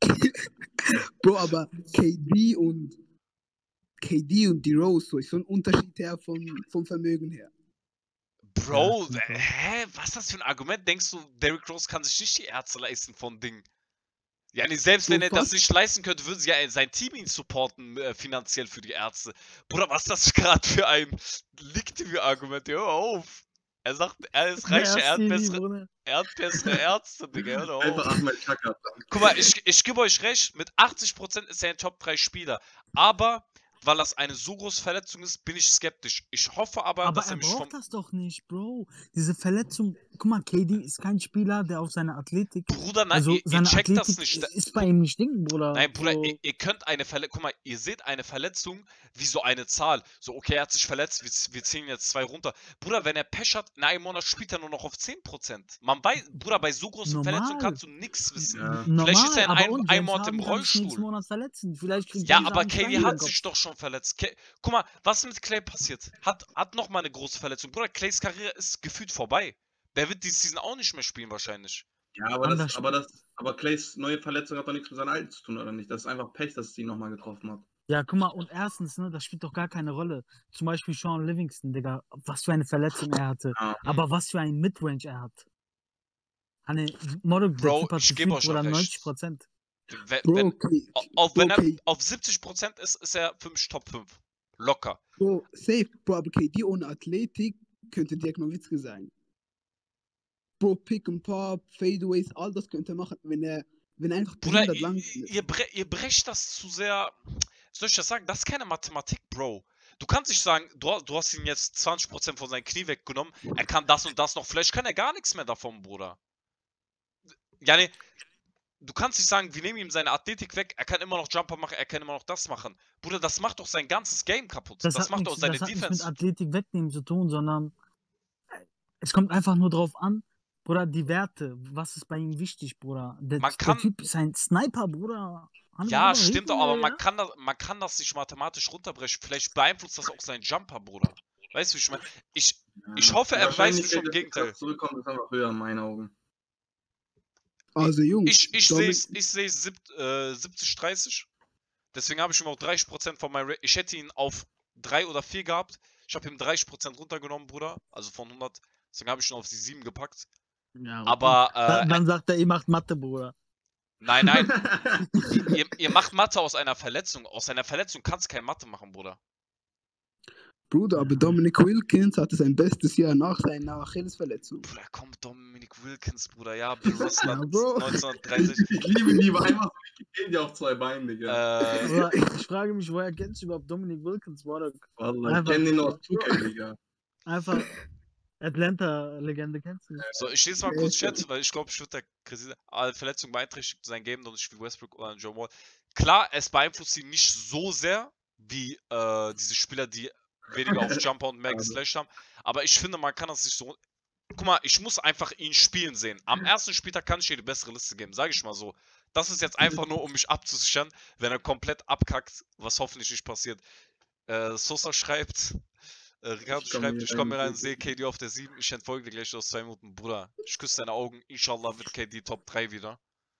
Bro, aber K D und K D und die Rose, so ist so ein Unterschied her vom, vom Vermögen her. Bro, Ja, äh, hä? Was ist das für ein Argument? Denkst du, Derrick Rose kann sich nicht die Ärzte leisten von Ding? Ja, nee, selbst So wenn er das fast- nicht leisten könnte, würden sie ja sein Team ihn supporten, äh, finanziell für die Ärzte. Bruder, was ist das gerade für ein Liegt-Argument? Hör auf! Er sagt, er ist reicher, er hat Merci, bessere, Bruder. er hat bessere Ärzte, Digga, hör doch Einfach auf. Ahmed Chaka. Guck mal, ich, ich gebe euch recht, mit achtzig Prozent ist er ein Top drei Spieler. Aber, weil das eine so große Verletzung ist, bin ich skeptisch. Ich hoffe aber, Aber dass er er mich vom... braucht das doch nicht, Bro. Diese Verletzung, guck mal, K D ist kein Spieler, der auf seine Athletik, Bruder, nein, also ihr, ihr seine checkt Athletik das nicht. ist bei ihm nicht Ding, Bruder. Nein, Bruder, so, ihr, ihr könnt eine Verletzung, guck mal, ihr seht eine Verletzung wie so eine Zahl. So, okay, er hat sich verletzt, wir, wir ziehen jetzt zwei runter. Bruder, wenn er Pech hat, in einem Monat spielt er nur noch auf zehn Prozent. Man weiß, Bruder, bei so großen Normal. Verletzungen kannst du nichts wissen. Ja. normal, Vielleicht ist er in aber einem, und einem James Monat im Harden kann sich nächsten Rollstuhl. Monat verletzen. Vielleicht kriegt Ja, James aber Harden K D Stein in den hat Kopf. sich doch schon verletzt. K Guck mal, was ist mit Clay passiert? Hat, hat noch mal eine große Verletzung. Bruder, Clays Karriere ist gefühlt vorbei. Der wird diese Season auch nicht mehr spielen wahrscheinlich. Ja, aber Anders das, aber das, aber Clays neue Verletzung hat doch nichts mit seiner alten zu tun, oder nicht? Das ist einfach Pech, dass es ihn nochmal getroffen hat. Ja, guck mal, und erstens, ne, das spielt doch gar keine Rolle. Zum Beispiel Sean Livingston, Digga, was für eine Verletzung er hatte. Ja. Aber was für ein Midrange er hat. Eine Model, der Bro, Typ hat ich gebe gefühlt, euch auch Bruder, recht. neunzig Prozent. Wenn, Bro, wenn, K- au- auch wenn okay. er auf siebzig Prozent ist, ist er für mich Top fünf. Locker. Bro, safe, Bro, aber K D ohne Athletik könnte Dirk Nowitzki sein. Bro, Pick and Pop, Fadeaways, all das könnte er machen, wenn er, wenn er einfach Bruder, behindert ihr, lang ihr, ihr, bre ihr brecht das zu sehr. Wie soll ich das sagen? Das ist keine Mathematik, Bro. Du kannst nicht sagen, du, du hast ihn jetzt zwanzig Prozent von seinem Knie weggenommen, er kann das und das noch, vielleicht kann er gar nichts mehr davon, Bruder. Ja, nee, du kannst nicht sagen, wir nehmen ihm seine Athletik weg, er kann immer noch Jumper machen, er kann immer noch das machen. Bruder, das macht doch sein ganzes Game kaputt. Das, Das, hat macht nichts, doch seine das hat nichts mit Defense. Athletik wegnehmen zu tun, sondern es kommt einfach nur drauf an, Bruder, die Werte. Was ist bei ihm wichtig, Bruder? Der, Man der kann- Typ ist ein Sniper, Bruder. Hallo, Ja, Bruder, stimmt hilf doch, mir, aber ja? man kann, das, man kann das nicht mathematisch runterbrechen. Vielleicht beeinflusst das auch seinen Jumper, Bruder. Weißt du, wie ich meine? Ich, Ja. Ich hoffe, er Die beweist Wahrscheinlichkeit, mich vom dass er Gegenteil. Zurückkommt, ist einfach höher in meinen Augen. Also Jungs, ich, ich Domin- sehe ich sehe äh, siebzig dreißig. Deswegen habe ich ihm auch dreißig Prozent von meinem. Ra ich hätte ihn auf drei oder vier gehabt. Ich habe ihm dreißig Prozent runtergenommen, Bruder. Also von hundert. Deswegen habe ich ihn auf die sieben gepackt. Ja, Aber, und dann, äh, dann sagt er, ihr macht Mathe, Bruder. nein, nein. ihr, ihr macht Mathe aus einer Verletzung. Aus einer Verletzung kannst du kein Mathe machen, Bruder. Bruder, aber Dominic Wilkins hatte sein bestes Jahr nach seiner Achillesverletzung. Bruder, komm, Dominic Wilkins, Bruder. Ja, Bill Russell Ja, Bro. neunzehnhundertdreißig. Ich liebe ihn lieber einfach so Wikipedia auf zwei Beinen, Digga. Äh, Aber ich frage mich, woher kennst du überhaupt Dominic Wilkins, Bruder? Wallah, ich einfach- kenn den aus zwei K, Digga. Einfach Atlanta-Legende, kennst du? So, ich lese mal kurz Chat, weil ich glaube, ich würde der Krise alle Verletzungen beeinträchtigt sein Game, und nicht wie Westbrook oder John Wall. Klar, es beeinflusst ihn nicht so sehr wie äh, diese Spieler, die weniger auf Jumper und mehr geslashed haben. Aber ich finde, man kann das nicht so. Guck mal, ich muss einfach ihn spielen sehen. Am ersten Spieltag kann ich dir die bessere Liste geben, sage ich mal so. Das ist jetzt einfach nur, um mich abzusichern, wenn er komplett abkackt, was hoffentlich nicht passiert. Äh, Sosa schreibt, äh, Ricardo Ich komm schreibt, hier ich komme rein, mir rein, ich- sehe K D auf der sieben, ich entfolge dir gleich aus zwei Minuten, Bruder. Ich küsse deine Augen, inshallah wird K D Top drei wieder.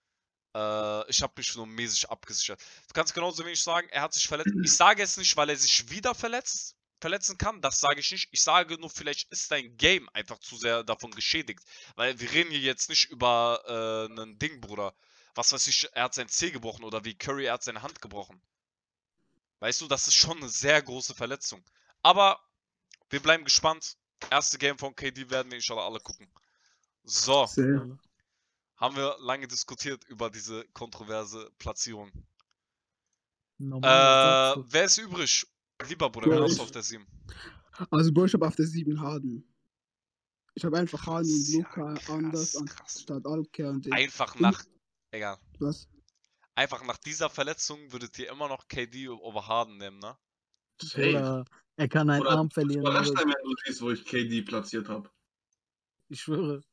Äh, ich habe mich nur mäßig abgesichert. Du kannst genauso wenig sagen, er hat sich verletzt. Ich sage es nicht, weil er sich wieder verletzt, verletzen kann. Das sage ich nicht. Ich sage nur, vielleicht ist dein Game einfach zu sehr davon geschädigt. Weil wir reden hier jetzt nicht über äh, ein Ding, Bruder. Was weiß ich, er hat sein Zeh gebrochen oder wie Curry, er hat seine Hand gebrochen. Weißt du, das ist schon eine sehr große Verletzung. Aber wir bleiben gespannt. Erste Game von K D werden wir inshallah alle gucken. So, Sehr. haben wir lange diskutiert über diese kontroverse Platzierung. Normal, was Äh, sagst wer ist übrig? Lieber Bruder, Bro, wer hast ich- du auf der sieben? Also, Bro, ich habe auf der sieben Harden. Ich habe einfach Harden Krass, und ja, Luca krass, anders krass. anstatt Alke und den. Einfach in- nach, egal. Was? Einfach nach dieser Verletzung würdet ihr immer noch K D over Harden nehmen, ne? du? Safe. Oder er kann einen Oder Arm du verlieren. überrascht Oder, sein, wenn du siehst, wo ich K D platziert habe. ich schwöre.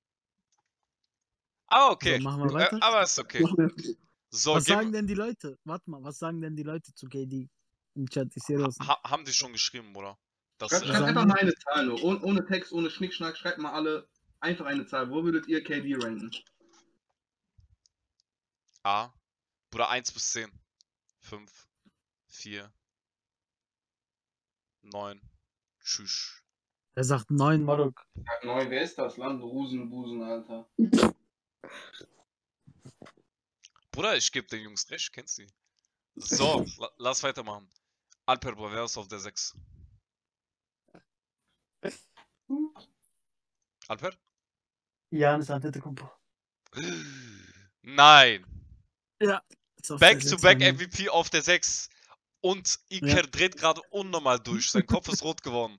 Aber So, okay. machen wir Äh, weiter. aber ist okay. Mach mir- So, Was gehen sagen denn die Leute? Warte mal, was sagen denn die Leute zu K D im Chat? Ich sehe das nicht. ha, haben die schon geschrieben, Bruder? Das, Schreibt äh, schreibt sagen einfach die? mal eine Zahl nur. Ohne, ohne Text, ohne Schnickschnack. Schreibt mal alle einfach eine Zahl. Wo würdet ihr K D ranken? A. Bruder, eins bis zehn. fünf. vier. neun. Tschüss. Er sagt neun Marok. Neu, wer ist das? Land Rusenbusen, Alter. Bruder, ich gebe den Jungs recht, kennst du? So, la lass weitermachen. Alper, Bruder, wer ist auf der sechs? Alper? Janis Antetokounmpo. Nein! Ja. ist auf der sechs Back-to-back bei mir. M V P auf der sechs. Und Iker Ja. dreht gerade unnormal durch. Sein Kopf ist rot geworden.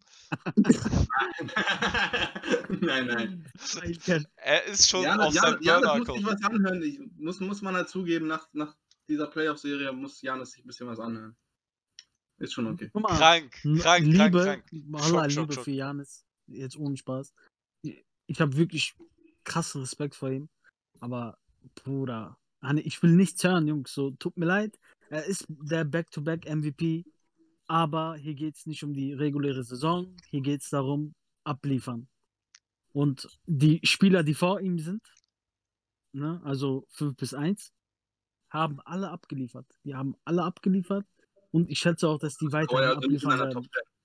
nein, nein. Iker. Er ist schon Janis, auf seinem Janis, Janis muss sich Burner-Account. was anhören. Ich, muss, muss man halt zugeben, nach, nach dieser Playoff-Serie muss Janis sich ein bisschen was anhören. Ist schon okay. Guck mal, Krank, n- krank, Liebe, krank, krank. Wallah, Schock, Schock, Liebe Schock. für Janis. Jetzt ohne Spaß. Ich, ich habe wirklich krassen Respekt vor ihm. Aber, Bruder, Hanne, ich will nichts hören, Jungs. So, tut mir leid. Er ist der Back-to-Back-M V P. Aber hier geht es nicht um die reguläre Saison. Hier geht es darum, abliefern. Und die Spieler, die vor ihm sind, ne, also fünf bis eins, haben alle abgeliefert. Die haben alle abgeliefert. Und ich schätze auch, dass die weiterhin Vorher sind nicht in abliefern einer Top werden. Ten.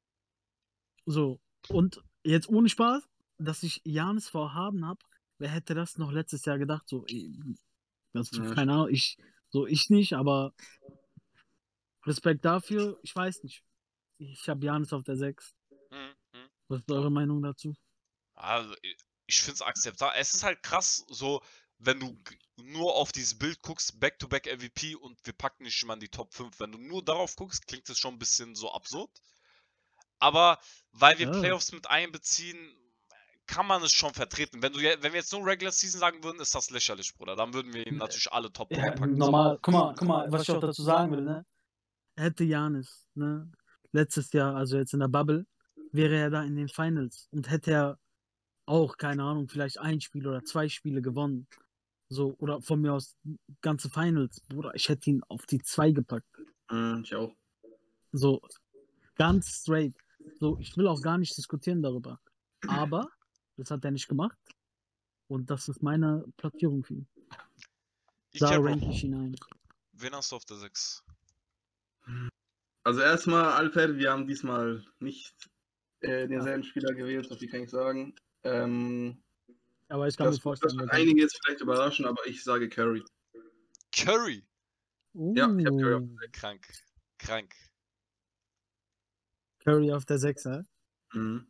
So, und jetzt ohne Spaß, dass ich Janis vor Harden habe, wer hätte das noch letztes Jahr gedacht? So, eh, also, Ja, keine Ahnung, ich, so ich nicht, aber Respekt dafür, ich weiß nicht. Ich habe Janis auf der sechs. Mhm, mhm. Was ist eure Meinung dazu? Also, i- ich finde es akzeptabel. Es ist halt krass, so, wenn du g- nur auf dieses Bild guckst, Back-to-Back M V P und wir packen nicht mal in die Top fünf. Wenn du nur darauf guckst, klingt es schon ein bisschen so absurd. Aber weil wir Ja. Playoffs mit einbeziehen, kann man es schon vertreten. Wenn, du, je- wenn wir jetzt nur Regular Season sagen würden, ist das lächerlich, Bruder. Dann würden wir ihn natürlich alle Top drei packen. normal. Guck mal, guck mal, was ich auch dazu sagen will, ne? Hätte Janis, ne, letztes Jahr, also jetzt in der Bubble, wäre er da in den Finals und hätte er auch, keine Ahnung, vielleicht ein Spiel oder zwei Spiele gewonnen. So, oder von mir aus ganze Finals, Bruder, ich hätte ihn auf die zwei gepackt. Mhm, ich auch. So, ganz straight. So, ich will auch gar nicht diskutieren darüber. Aber, das hat er nicht gemacht. Und das ist meine Platzierung für ihn. Da Iker, rank Bro, ich ihn ein. wen hast du auf der sechs? Also erstmal, Alper, wir haben diesmal nicht äh, denselben Spieler gewählt, so viel kann ich sagen. Ähm, Aber ich kann das mir vorstellen, das wer wird kommt. einige jetzt vielleicht überraschen, aber ich sage Curry. Curry! Ja, ich hab Curry auf Uh, Krank. Krank. Curry auf der sechs, hä? Mhm.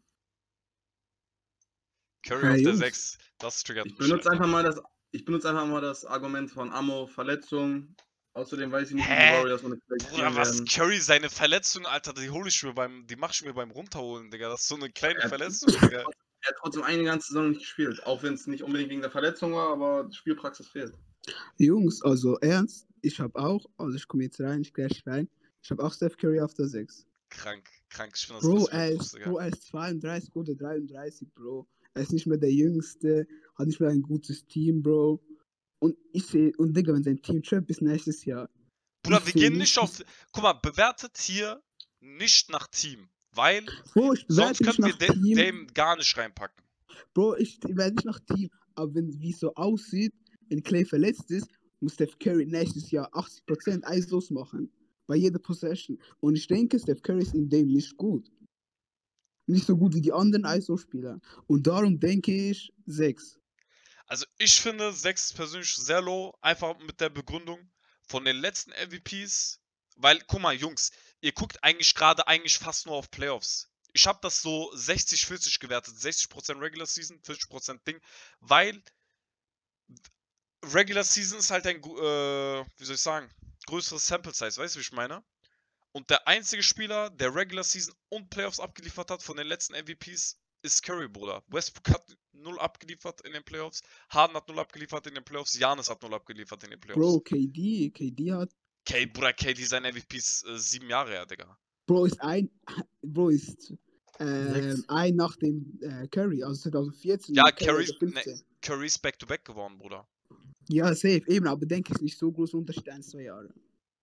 Curry Hey, auf der Jungs. sechs. Das triggert Ich mich. benutze Alter. einfach mal das, ich benutze einfach mal das Argument von Ammo, Verletzung. Außerdem weiß ich nicht, wie Hä? die Warriors ohne Play Bruder, spielen was? werden. Curry, seine Verletzung, Alter, die hole ich mir beim, die mach ich mir beim Runterholen, Digga. Das ist so eine kleine Ja. Verletzung, Digga. Er hat trotzdem eine ganze Saison nicht gespielt, auch wenn es nicht unbedingt wegen der Verletzung war, aber die Spielpraxis fehlt. Jungs, also ernst, ich habe auch, also ich komme jetzt rein, ich crash rein, ich habe auch Steph Curry auf der sechs. Krank, krank. Ich finde das Bro, er respektlos, ist, Digga. Bro, er ist zweiunddreißig oder dreiunddreißig, Bro. Er ist nicht mehr der Jüngste, hat nicht mehr ein gutes Team, Bro. Und ich sehe, und Digga, wenn sein Team trappt bis nächstes Jahr. Bruder, ich wir seh gehen nicht, nicht auf. Guck mal, bewertet hier nicht nach Team. Weil Bro, ich sonst bewerte nicht können wir nach De Team. Dame gar nicht reinpacken. Bro, ich werde nicht nach Team, aber wenn wie es so aussieht, wenn Clay verletzt ist muss Steph Curry nächstes Jahr achtzig Prozent I S Os machen. Bei jeder Possession. Und ich denke, Steph Curry ist in dem nicht gut. Nicht so gut wie die anderen I S O-Spieler. Und darum denke ich sechs. Also ich finde sechs persönlich sehr low, einfach mit der Begründung von den letzten M V Ps. Weil, guck mal, Jungs, ihr guckt eigentlich gerade eigentlich fast nur auf Playoffs. Ich habe das so sechzig vierzig gewertet. sechzig Prozent Regular Season, vierzig Prozent Ding. Weil Regular Season ist halt ein, gu- äh, wie soll ich sagen, größeres Sample Size, weißt du, wie ich meine? Und der einzige Spieler, der Regular Season und Playoffs abgeliefert hat von den letzten M V Ps, ist Curry, Bruder. Westbrook hat null abgeliefert in den Playoffs, Harden hat null abgeliefert in den Playoffs, Giannis hat null abgeliefert in den Playoffs. Bro, K D, K D hat. K, Bruder, K D sein M V P ist äh, sieben Jahre her, Digga. Bro ist ein. Bro ist ähm, Sechs. ein nach dem äh, Curry, also zwanzig vierzehn. Ja, Curry Curry, hatte fünfzehn. ne, Curry ist back-to-back geworden, Bruder. Ja, safe, eben, aber denke ich nicht so groß Unterschied, ein, zwei Jahre.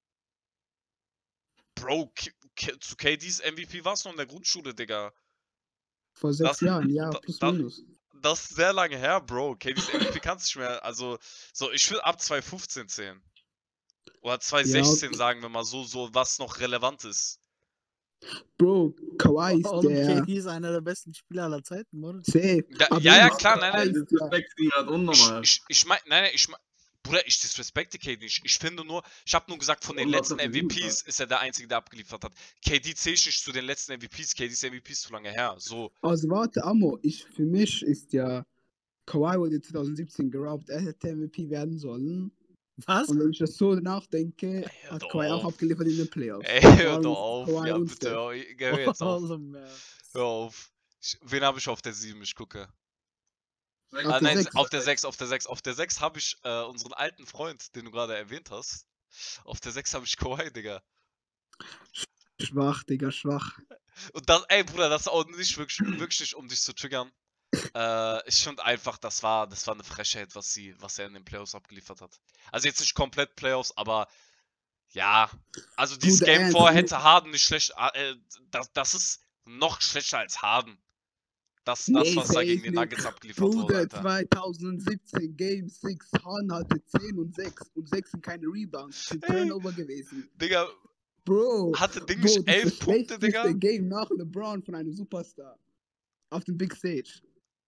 Bro, K K zu K Ds M V P war's noch in der Grundschule, Digga. Vor sechs Das- Jahren, ja, da- plus da- minus. Das ist sehr lange her, Bro. K Ds M V P kannst du nicht mehr. Also, so, ich will ab zwanzig fünfzehn zählen. Oder zwanzig sechzehn, Ja. sagen wir mal so, so, was noch relevant ist. Bro, Kawhi ist Und der. K D ist einer der besten Spieler aller Zeiten, oder? Safe. Ja, Aber ja, ja, eben, klar, nein, Kawhi nein. Das ist ja- Respekt ging halt Ich, unnormal. ich, ich mein, nein, nein, ich mein, Bruder, ich disrespekte K D nicht. Ich finde nur, ich habe nur gesagt, von den Und was letzten hat er M V Ps geliefert? ist er der Einzige, der abgeliefert hat. K D zähle ich nicht zu den letzten M V Ps. K Ds M V P ist zu lange her. So, Also warte, Amo, ich, für mich ist ja Kawhi wurde zwanzig siebzehn geraubt, er hätte M V P werden sollen. Was? Und wenn ich das so nachdenke, Ey, hat doch Kawhi auch auf. abgeliefert in den Playoffs. Ey, hör Darum doch ist auf. Kawhi Ja, und bitte, Steph. hör, hör jetzt auf. Oh, man. Hör auf. Ich, wen habe ich auf der sieben? Ich gucke. Sechs- Auf Ah, der nein, sechs. auf der sechs, auf der sechs. Auf der sechs habe ich äh, unseren alten Freund, den du gerade erwähnt hast. Auf der sechs habe ich Kawhi, Digga. Schwach, Digga, schwach. Und das, ey Bruder, das ist auch nicht wirklich, wirklich nicht, um dich zu triggern. Äh, ich finde einfach, das war, das war eine Frechheit, was sie, was er in den Playoffs abgeliefert hat. Also jetzt nicht komplett Playoffs, aber ja. Also dieses Bruder, Game ernst, vor ne? hätte Harden nicht schlecht. Äh, das, das ist noch schlechter als Harden. Das, das Nee, was da safe gegen die nicht. Nuggets abgeliefert wurde, Bruder, Alter. zwanzig siebzehn Game sechs, Han hatte zehn und sechs und sechs sind keine Rebounds, sind Ey. Turnover gewesen. Digga, Bro, hatte Ding Bro, nicht das ist elf das Punkte, schlechteste Digga? Game nach LeBron von einem Superstar. Auf dem Big Stage.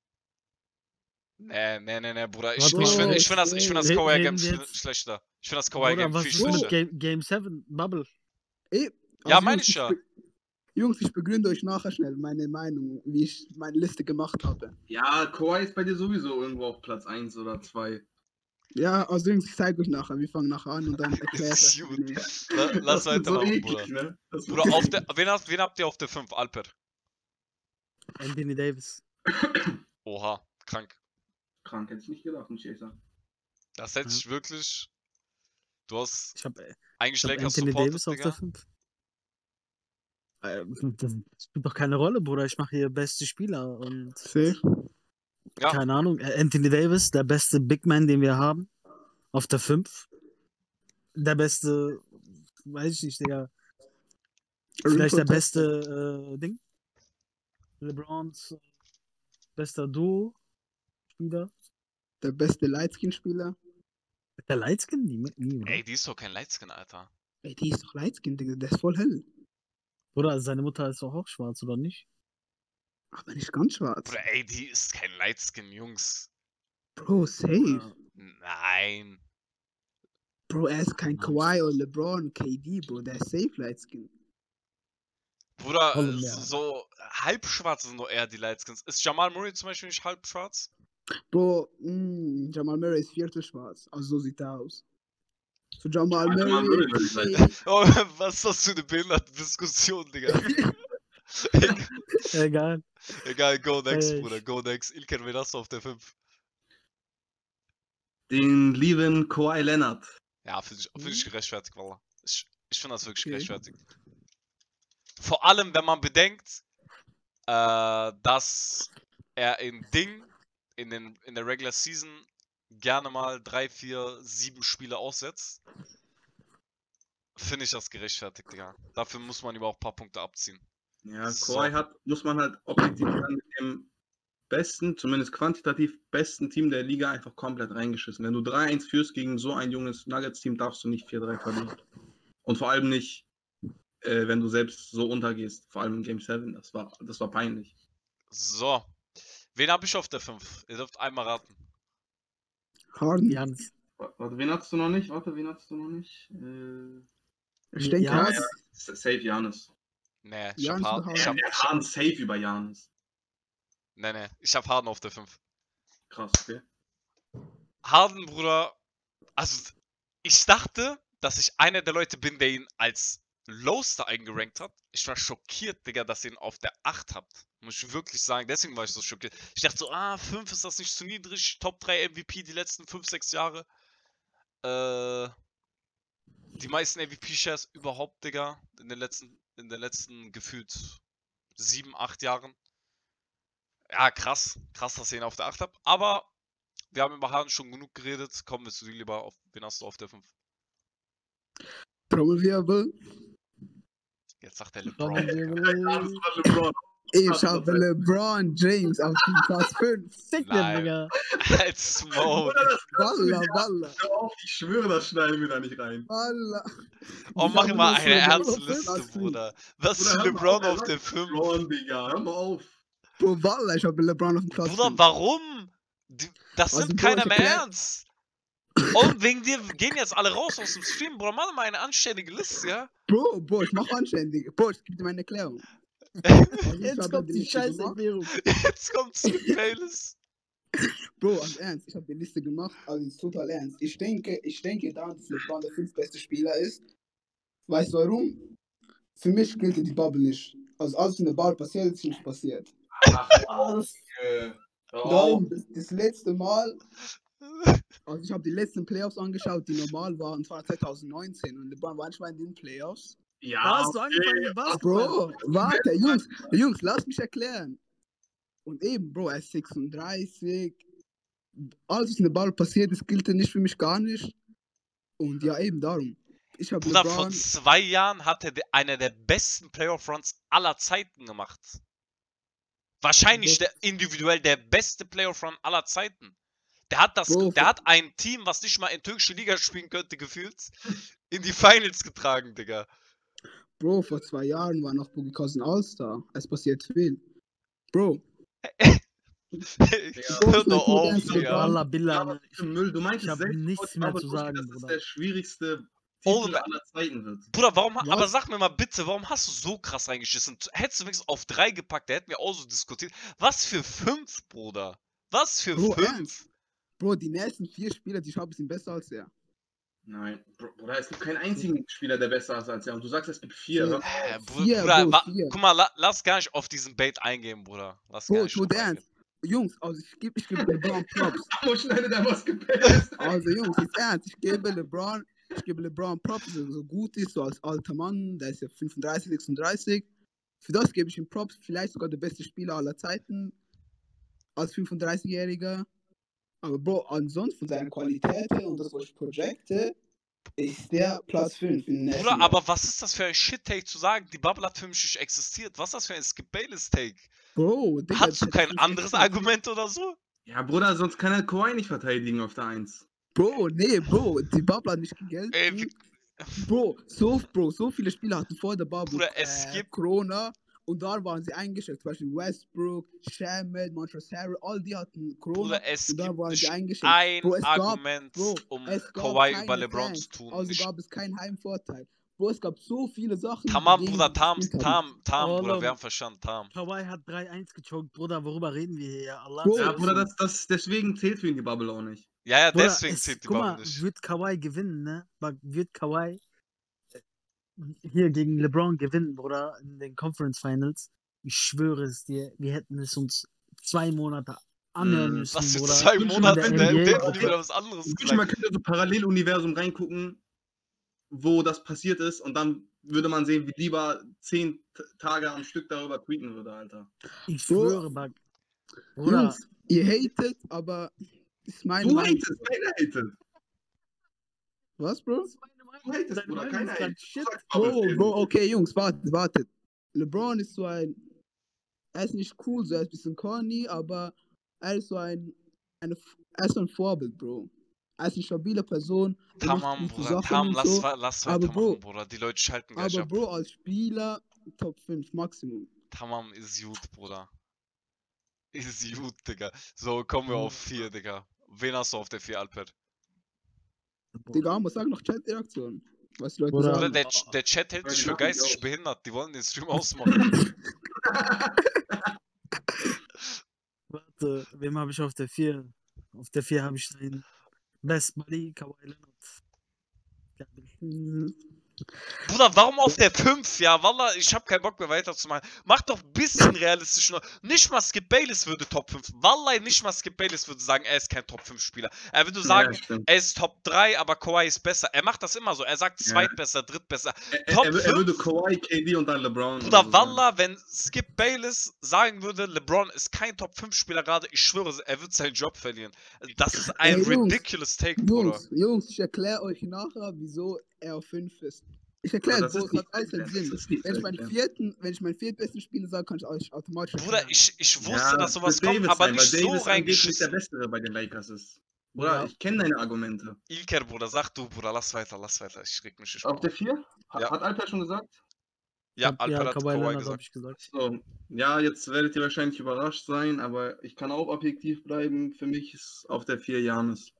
Nee, nee, nee, nee, Bruder. Ich, Warte ich mal, finde ey. ich find das, ich find das Re- Kawhi reden Game wir schl jetzt- schlechter. Ich finde das Kawhi Oder Game was viel ist mit schlechter. Game, Game sieben? Bubble. Ey, Ja, also meine Jungs, ich ja. be- Jungs, ich begründe euch nachher schnell meine Meinung, wie ich meine Liste gemacht habe. Ja, Kawhi ist bei dir sowieso irgendwo auf Platz eins oder zwei. Ja, also Jungs, ich zeige euch nachher. Wir fangen nachher an und dann erkläre Ist ich gut. euch. La, lass Das wird so weitermachen, eklig, Bruder. ne? Das wird Bruder, auf der, wen, habt, wen habt ihr auf der fünf? Alper. Anthony Davis. Oha, krank. krank, hätte ich nicht gedacht, muss ich ehrlich sagen. Das hätte Ja. ich wirklich. Du hast Ich habe eigentlich ich hab Lakers Anthony supported, Davis auf Digga. der fünf. Ähm, Das spielt doch keine Rolle, Bruder. Ich mache hier beste Spieler und Safe. Ja. keine Ahnung. äh, Anthony Davis, der beste Big Man, den wir haben. Auf der fünf. Der beste, weiß ich nicht, Digga. Vielleicht der Rim Protector. beste äh, Ding. LeBrons äh, bester Duo-Spieler. Der beste Lightskin-Spieler. Der Lightskin? Nie, nie, oder? Ey, die ist doch kein Lightskin, Alter. Ey, die ist doch Lightskin, Digga. Der ist voll hell. Oder seine Mutter ist doch auch schwarz, oder nicht? Aber nicht ganz schwarz. Bruder, ey, die ist kein Lightskin, Jungs. Bro, safe. Oder- Nein. Bro, er ist kein Kawhi oder LeBron, K D, Bro. Der ist safe Lightskin. Bruder, Volle äh, Mehrheit. so halbschwarz sind doch eher die Lightskins. Ist Jamal Murray zum Beispiel nicht halb schwarz? Bro, mh, Jamal Murray ist viertel schwarz. Also so sieht er aus. So Jamal Ja, Jamal Murray. Murray würde ich ey, sagen. Oh, was ist das für eine behinderte Diskussion, Digga? Egal. Egal, go next, Ey, Bruder, go next. Ilker, wen hast du auf der fünf? Den lieben Kawhi Leonard. Ja, finde ich, find ich gerechtfertigt, Wallah. Ich, ich finde das wirklich Okay. gerechtfertigt. Vor allem, wenn man bedenkt, äh, dass er in Ding, in, den, in der Regular Season, gerne mal drei, vier, sieben Spiele aussetzt, finde ich das gerechtfertigt, Digga. Dafür muss man ihm auch ein paar Punkte abziehen. Ja, So. Kawhi hat, muss man halt objektiv sagen, mit dem besten, zumindest quantitativ besten Team der Liga einfach komplett reingeschissen. Wenn du drei eins führst gegen so ein junges Nuggets-Team, darfst du nicht vier drei verlieren. Und vor allem nicht, äh, wenn du selbst so untergehst. Vor allem in Game sieben. Das war, das war peinlich. So. Wen habe ich auf der fünf? Ihr dürft einmal raten. Harden. Janis. Warte, wen hattest du noch nicht? Warte, wen hattest du noch nicht? Äh, Ich denke, Ja, ja, Harden. ja, safe Janis. Nee, ich hab Giannis Harden. oder Ich hab, Er hat Harden safe über Janis. nee, nee, ich hab Harden auf der fünf. Krass, okay. Harden, Bruder, also ich dachte, dass ich einer der Leute bin, der ihn als Lowster eingerankt hat. Ich war schockiert, Digga, dass ihr ihn auf der acht habt. Muss ich wirklich sagen, deswegen war ich so schockiert. Ich dachte so, ah, fünf ist das nicht zu niedrig? Top drei M V P die letzten fünf, sechs Jahre. Äh, die meisten M V P-Shares überhaupt, Digga, in den letzten, in den letzten gefühlt sieben, acht Jahren. Ja, krass. Krass, dass ihr ihn auf der acht habt. Aber wir haben über Harden schon genug geredet. Kommen wir zu dir lieber. Auf, wen hast du auf der fünf? Trommelwirbel. Jetzt sagt er LeBron. Trommelwirbel. LeBron. Ich habe LeBron James auf dem Platz fünf. Fick den, Nein. Digga. Als Smoke. Bruder, das kannst du Walla, nicht walla, Hör auf, ich schwöre, das schneiden wir da nicht rein. walla. Oh, Ich mach habe mal nur eine LeBron ernste auf dem Liste, Platz fünf. Bruder. Was Bruder, ist hör mal LeBron auf, er auf sagt der fünf? LeBron, Digga, hör mal auf. Bro, walla, ich habe LeBron auf dem Platz Bruder, fünf. warum? Die, das Also, nimmt Bro, keiner ich mehr erklär- ernst. Und wegen dir gehen jetzt alle raus aus dem Stream, Bruder. Mach mal eine anständige Liste, ja? Bro, Bro, ich mach anständig. Bro, ich gebe dir meine Erklärung. Also, ich Jetzt habe kommt die Liste gemacht. Scheißerklärung. Jetzt kommt Skip Bayless. Bro, also ernst, ich habe die Liste gemacht, also ist total ernst. Ich denke, ich denke daran, dass LeBron der fünftbeste Spieler ist. Weißt du warum? Für mich gilt die Bubble nicht. Also alles in der Bubble passiert, ist nicht passiert. Ach, Was? äh, hör auf. Darum, das, das letzte Mal, also ich habe die letzten Playoffs angeschaut, die normal waren, und zwar zwanzig neunzehn. Und LeBron war nicht mal in den Playoffs. Da Ja, hast du angefangen mit Basketball. Bro, warte, Jungs, Jungs, lass mich erklären. Und eben, Bro, er ist sechsunddreißig. Alles, was in der Ball passiert ist, gilt nicht für mich gar nicht. Und ja, eben darum. Ich habe Bruder, vor LeBron. zwei Jahren hat er de- einer der besten Playoff-Runs aller Zeiten gemacht. Wahrscheinlich der, individuell der beste Playoff-Run aller Zeiten. Der hat das, Bro, der vor- hat ein Team, was nicht mal in türkische Liga spielen könnte, gefühlt, in die Finals getragen, Digga. Bro, vor zwei Jahren war noch Boogie Cousin All-Star. Es passiert viel. Bro, Hör doch auf, Digga. Wallah, Billah. aber für Müll. Du meinst Ich hab selbst, nichts heute mehr aber zu lustig, sagen, dass das Bruder. der schwierigste Oh, Titel ne- aller Zeiten wird. Bruder, warum, Was? aber sag mir mal bitte, warum hast du so krass reingeschissen? Hättest du wenigstens auf drei gepackt, da hätten wir auch so diskutiert. Was für fünf, Bruder? Was für Bro, fünf? ernst? Bro, die nächsten vier Spieler, die ich habe, sind besser als er. Nein, Bro- Bruder, es gibt keinen einzigen Spieler, der besser ist als er. Und du sagst, es gibt vier. Vier. Hör mal Äh, auf. Bruder, Vier, Bruder Bro, wa- vier. guck mal, la, lass gar nicht auf diesen Bait eingehen, Bruder. Lass gar Bro, nicht tot drauf ernst. eingehen. Jungs, also ich gebe ich geb LeBron Props. Amo schneidet er was gepasst. Also Jungs, jetzt ernst, ich gebe LeBron, ich gebe LeBron Props, dass er so gut ist, so als alter Mann, der ist ja fünfunddreißig, sechsunddreißig. Für das gebe ich ihm Props, vielleicht sogar der beste Spieler aller Zeiten, als fünfunddreißigjähriger. Aber Bro, ansonsten von seiner Qualität her und das, was ich projecte, ist der Platz fünf in der Bruder, aber was ist das für ein Shit-Take zu sagen? Die Bubble hat für mich nicht existiert. Was ist das für ein Skip Bayless-Take? Bro, Digga, Hast du das kein ist anderes nicht- Argument oder so? Ja, Bruder, sonst kann er Kawhi nicht verteidigen auf der eins. Bro, nee, Bro, die Bubble hat nicht gegelt. Ey, wie- Bro, so, Bro, so viele Spieler hatten vor der Bubble Bruder, es äh, gibt- Corona und da waren sie eingeschränkt. Zum Beispiel Westbrook, Shamet, Montrezl Harrell, all die hatten Corona Bruder, es und da gibt waren sie nicht eingeschränkt. ein Bro, es gab- Argument, Bro, um es gab Kawhi keine über LeBron Fans, zu tun. Also Ich, gab es keinen Heimvorteil. Bro, es gab so viele Sachen. Tamam, die gegen Bruder, sie Tam, gespielt haben. Tam, Tam, Oh, Bruder, Mann. wir haben verstanden, Tam. Kawhi hat drei eins gechoked, Bruder, worüber reden wir hier? Allah Bro, Ja, sei Bruder, Dank. das, das, deswegen zählt für ihn die Bubble auch nicht. Ja, ja, Bruder, deswegen es, zählt die guck Bubble mal, nicht. wird Kawhi gewinnen, ne? Aber wird Kawhi äh, hier gegen LeBron gewinnen, Bruder, in den Conference Finals? Ich schwöre es dir, wir hätten es uns zwei Monate anhören Mm, müssen, Was für Bruder. zwei in der Monate, N B A, der hätten die Bruder. wieder was anderes Ich wünschte, man gesagt. könnte so Paralleluniversum reingucken, wo das passiert ist und dann würde man sehen, wie lieber zehn T- Tage am Stück darüber tweeten würde, Alter. Ich Bro, schwöre, Bug. Bruder, Jungs, ihr hatet, aber das ist meine Du Meinung. hatest, keiner hatet. Was, Bro? Du hatest, Deine Bruder, Meinung keiner ist grad hatet. shit. Du sagst Bubble Bro, zählt Bro, nicht. okay, Jungs, wartet, wartet. LeBron ist so ein. Er ist nicht cool, so er ist ein bisschen corny, aber er ist so ein, eine, er ist so ein Vorbild, Bro. Er ist eine stabile Person. Er macht Tamam, gute Bruder, Sachen Tam, und lass, so. wa- lass Aber weitermachen, Bro, Bruder. Die Leute schalten gleich aber ab. Bro, als Spieler Top fünf Maximum. Tamam ist gut, Bruder. Ist gut, Digga. So, kommen wir auf vier, Digga. Wen hast du auf der vier, Alpert? Digga, muss sagen noch Chat-Reaktion. Was die Leute Bruder, Bruder, sagen. der, der Chat hält Ja, sich die für lachen mich geistig aus. behindert. Die wollen den Stream ausmachen. Warte, wem habe ich auf der vier? Auf der vier habe ich den Best Buddy, Kawhi Leonard. Geil. Mhm. Bruder, warum auf der fünf? Ja, Wallah, ich hab keinen Bock mehr weiterzumachen. Mach doch ein bisschen realistisch noch. Nicht mal Skip Bayless würde Top fünf. Wallah, nicht mal Skip Bayless würde sagen, er ist kein Top fünf Spieler. Er würde sagen, Ja, stimmt. er ist Top drei, aber Kawhi ist besser. Er macht das immer so. Er sagt Ja. zweitbesser, drittbesser. Er, Top er, er würde fünf? Kawhi, K D und dann LeBron. Bruder, oder so sagen. Wallah, wenn Skip Bayless sagen würde, LeBron ist kein Top fünf Spieler gerade, ich schwöre, er wird seinen Job verlieren. Das ist ein Ey, Jungs, ridiculous Take, Bruder. Jungs, Jungs, ich erkläre euch nachher, wieso er auf fünf ist. Ich erkläre Aber es, das Bro, ist es hat nicht alles zu einen erklären, Sinn. das ist nicht Wenn zu ich meinen erklären. vierten, wenn ich meinen viertbesten Spieler sage, kann ich euch automatisch Bruder, erklären. ich, ich wusste, Ja, dass sowas wird kommt, Davis aber sein, nicht weil so Davis angeblich der reingeschissen. Bessere bei den Lakers ist. Oder Ja. ich kenne deine Argumente. Ilker, Bruder, sag du, Bruder, lass weiter, lass weiter. Ich reg mich nicht Auf mehr der auf. vier? Ha- Ja. Hat Alper schon gesagt? Ja, Hab- Alper ja, hat Kawhi Kawhi Leonard habe gesagt. ich gesagt. So. Ja, jetzt werdet ihr wahrscheinlich überrascht sein, aber ich kann auch objektiv bleiben. Für mich ist auf der vier Janis.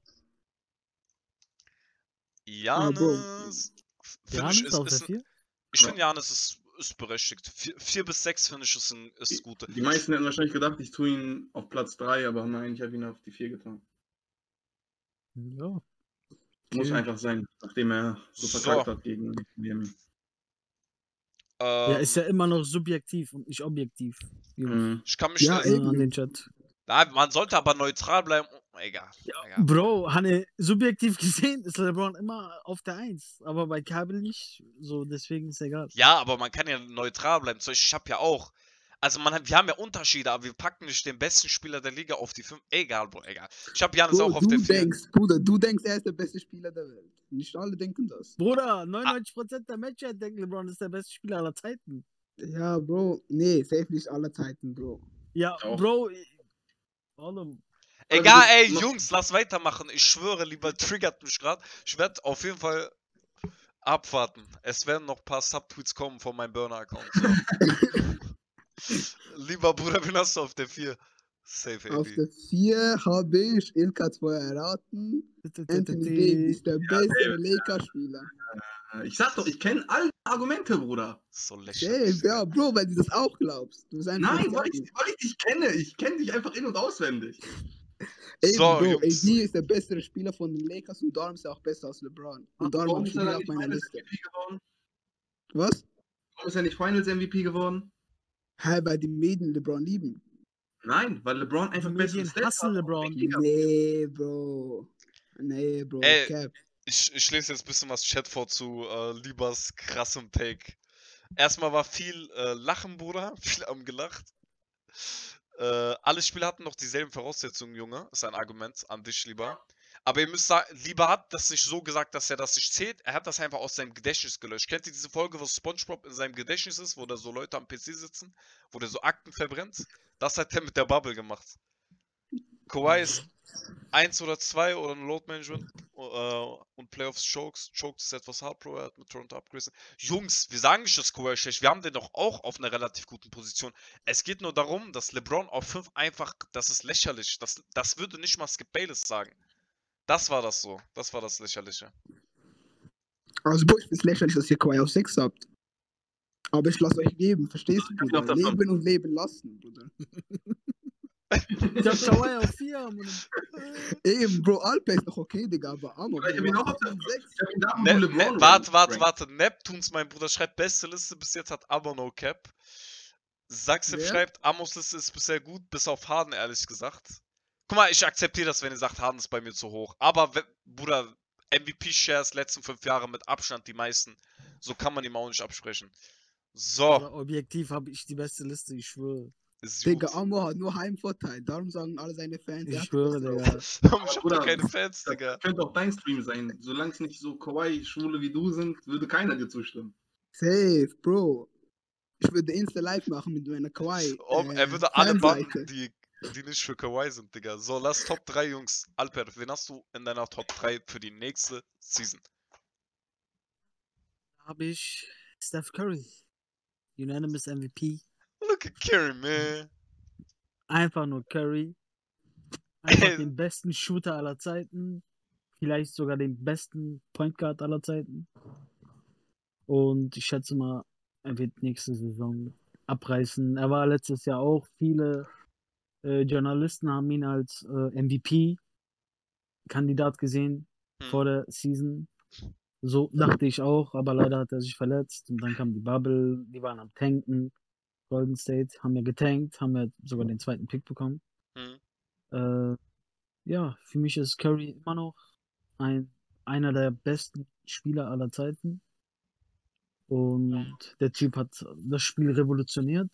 Aber Bro, Janis, finde ich, Janis ist, auf der ist ein, vier? ich Ja. finde Janis ist, ist berechtigt. Vier, vier bis sechs finde ich ist, ein, ist gut. Die meisten hätten wahrscheinlich gedacht, ich tue ihn auf Platz drei, aber nein, ich habe ihn auf die vier getan. Ja. Muss Okay. einfach sein, nachdem er so So. verkackt hat gegen Miami. Ja, ist ja Ähm, immer noch subjektiv und nicht objektiv. Jungs. Mhm. ich kann mich Ja, da, ey. Äh, an den Chat. na, man sollte aber neutral bleiben. Egal. egal. Bro, Hanne, subjektiv gesehen ist LeBron immer auf der eins, aber bei Kabel nicht. So, deswegen ist egal. Ja, aber man kann ja neutral bleiben. Zum Beispiel, ich habe ja auch. Also man hat, wir haben ja Unterschiede, aber wir packen nicht den besten Spieler der Liga auf die fünf. Egal, Bro, egal. Ich habe Janis Bro, auch auf du der vier. denkst, Bruder, du denkst, er ist der beste Spieler der Welt. Nicht alle denken das. Bruder, neunundneunzig Prozent der Matcher denken, LeBron ist der beste Spieler aller Zeiten. Ja, Bro, nee, safe nicht aller Zeiten, Bro. Ja, Auch. Bro. ich- Allem. Also Egal, das ey, macht- Jungs, lass weitermachen. Ich schwöre, lieber triggert mich gerade. Ich werde auf jeden Fall abwarten. Es werden noch ein paar Subtweets kommen von meinem Burner-Account. So. Lieber Bruder, wen hast du auf der vier? Safe, Auf A B. der vier habe ich, Ilka hat vorher erraten, Anthony Davis ist der beste Lakers-Spieler. Äh, Ich sag doch, ich kenne alle Argumente, Bruder. So Safe, lächerlich. ja, Bro, weil du das auch glaubst. Du bist einfach Nein, nicht weil ich, ehrlich. weil ich dich kenne. Ich kenne dich einfach in- und auswendig. Eben, So, Bro, Jungs. A D ist der bessere Spieler von den Lakers und darum ist er auch besser als LeBron. Und darum Warum habe ist ich er ihn dann auf nicht meiner Finals Liste. M V P geworden? Was? Warum ist er nicht Finals M V P geworden? Hä, weil die Medien LeBron lieben. Nein, weil LeBron einfach Die bessere Medien Stats hassen hat. LeBron. Nee, Bro. Nee, Bro. Ey. Cap. Ich, ich lese jetzt ein bisschen was Chat vor zu äh, Liebers krassem Take. Erstmal war viel äh, Lachen, Bruder. Viel am gelacht. Äh, alle Spieler hatten noch dieselben Voraussetzungen, Junge. Ist ein Argument an dich, lieber. Aber ihr müsst sagen, Lieber hat das nicht so gesagt, dass er das nicht zählt. Er hat das einfach aus seinem Gedächtnis gelöscht. Kennt ihr diese Folge, wo SpongeBob in seinem Gedächtnis ist, wo da so Leute am P C sitzen, wo der so Akten verbrennt? Das hat er mit der Bubble gemacht. Kawhi ist eins oder zwei oder ein Load Management äh, und Playoffs Chokes. Chokes ist etwas hart, Bro. Er hat mit Toronto abgerissen. Jungs, wir sagen nicht, dass Kawhi schlecht. Wir haben den doch auch auf einer relativ guten Position. Es geht nur darum, dass LeBron auf fünf einfach, das ist lächerlich. Das, das würde nicht mal Skip Bayless sagen. Das war das so. Das war das Lächerliche. Also, Bro, ich find's lächerlich, dass ihr Kawhi auf sechs habt. Aber ich lasse euch leben, verstehst du, Ich Bruder? hab das Leben und leben lassen, Bruder. Ich hab Kawhi auf vier, Mann. Eben, Bro, Alper ist noch okay, Digga, aber Amor, Ich hab ihn auch auf der sechs. Ich hab ihn da, wo Ne, LeBron ne, rankt. warte, warte, warte. Neptunes, mein Bruder, schreibt beste Liste bis jetzt, hat aber no cap. Saxif Wer? schreibt, Amos Liste ist bisher gut, bis auf Harden, ehrlich gesagt. Guck mal, ich akzeptiere das, wenn ihr sagt, Harden ist bei mir zu hoch. Aber, wenn, Bruder, M V P-Shares letzten fünf Jahre mit Abstand die meisten. So kann man ihm auch nicht absprechen. So, Aber objektiv habe ich die beste Liste, ich schwöre. ist Digga, gut. Amor hat nur Heimvorteil. Darum sagen alle seine Fans. er Ich hat schwöre, das Digga. Ich hab Bruder, doch keine Fans, Das Digga. könnte auch dein Stream sein. Solange es nicht so Kawaii-Schwule wie du sind, würde keiner dir zustimmen. Safe, Bro. Ich würde Insta live machen mit meiner Kawhi. Ob, äh, er würde alle bannen, Fanseite. die die nicht für Kawhi sind, Digga. So, lass Top drei, Jungs. Alper, wen hast du in deiner Top drei für die nächste Season? Habe ich Steph Curry. Unanimous M V P. Look at Curry, man. Einfach nur Curry. Einfach Ey. den besten Shooter aller Zeiten. Vielleicht sogar den besten Point Guard aller Zeiten. Und ich schätze mal, er wird nächste Saison abreißen. Er war letztes Jahr auch. Viele äh, Journalisten haben ihn als äh, M V P-Kandidat gesehen Hm. vor der Season. So dachte ich auch, aber leider hat er sich verletzt. Und dann kam die Bubble, die waren am Tanken. Golden State haben ja getankt, haben ja sogar den zweiten Pick bekommen. Hm. Äh, ja, für mich ist Curry immer noch ein, einer der besten Spieler aller Zeiten. Und der Typ hat das Spiel revolutioniert.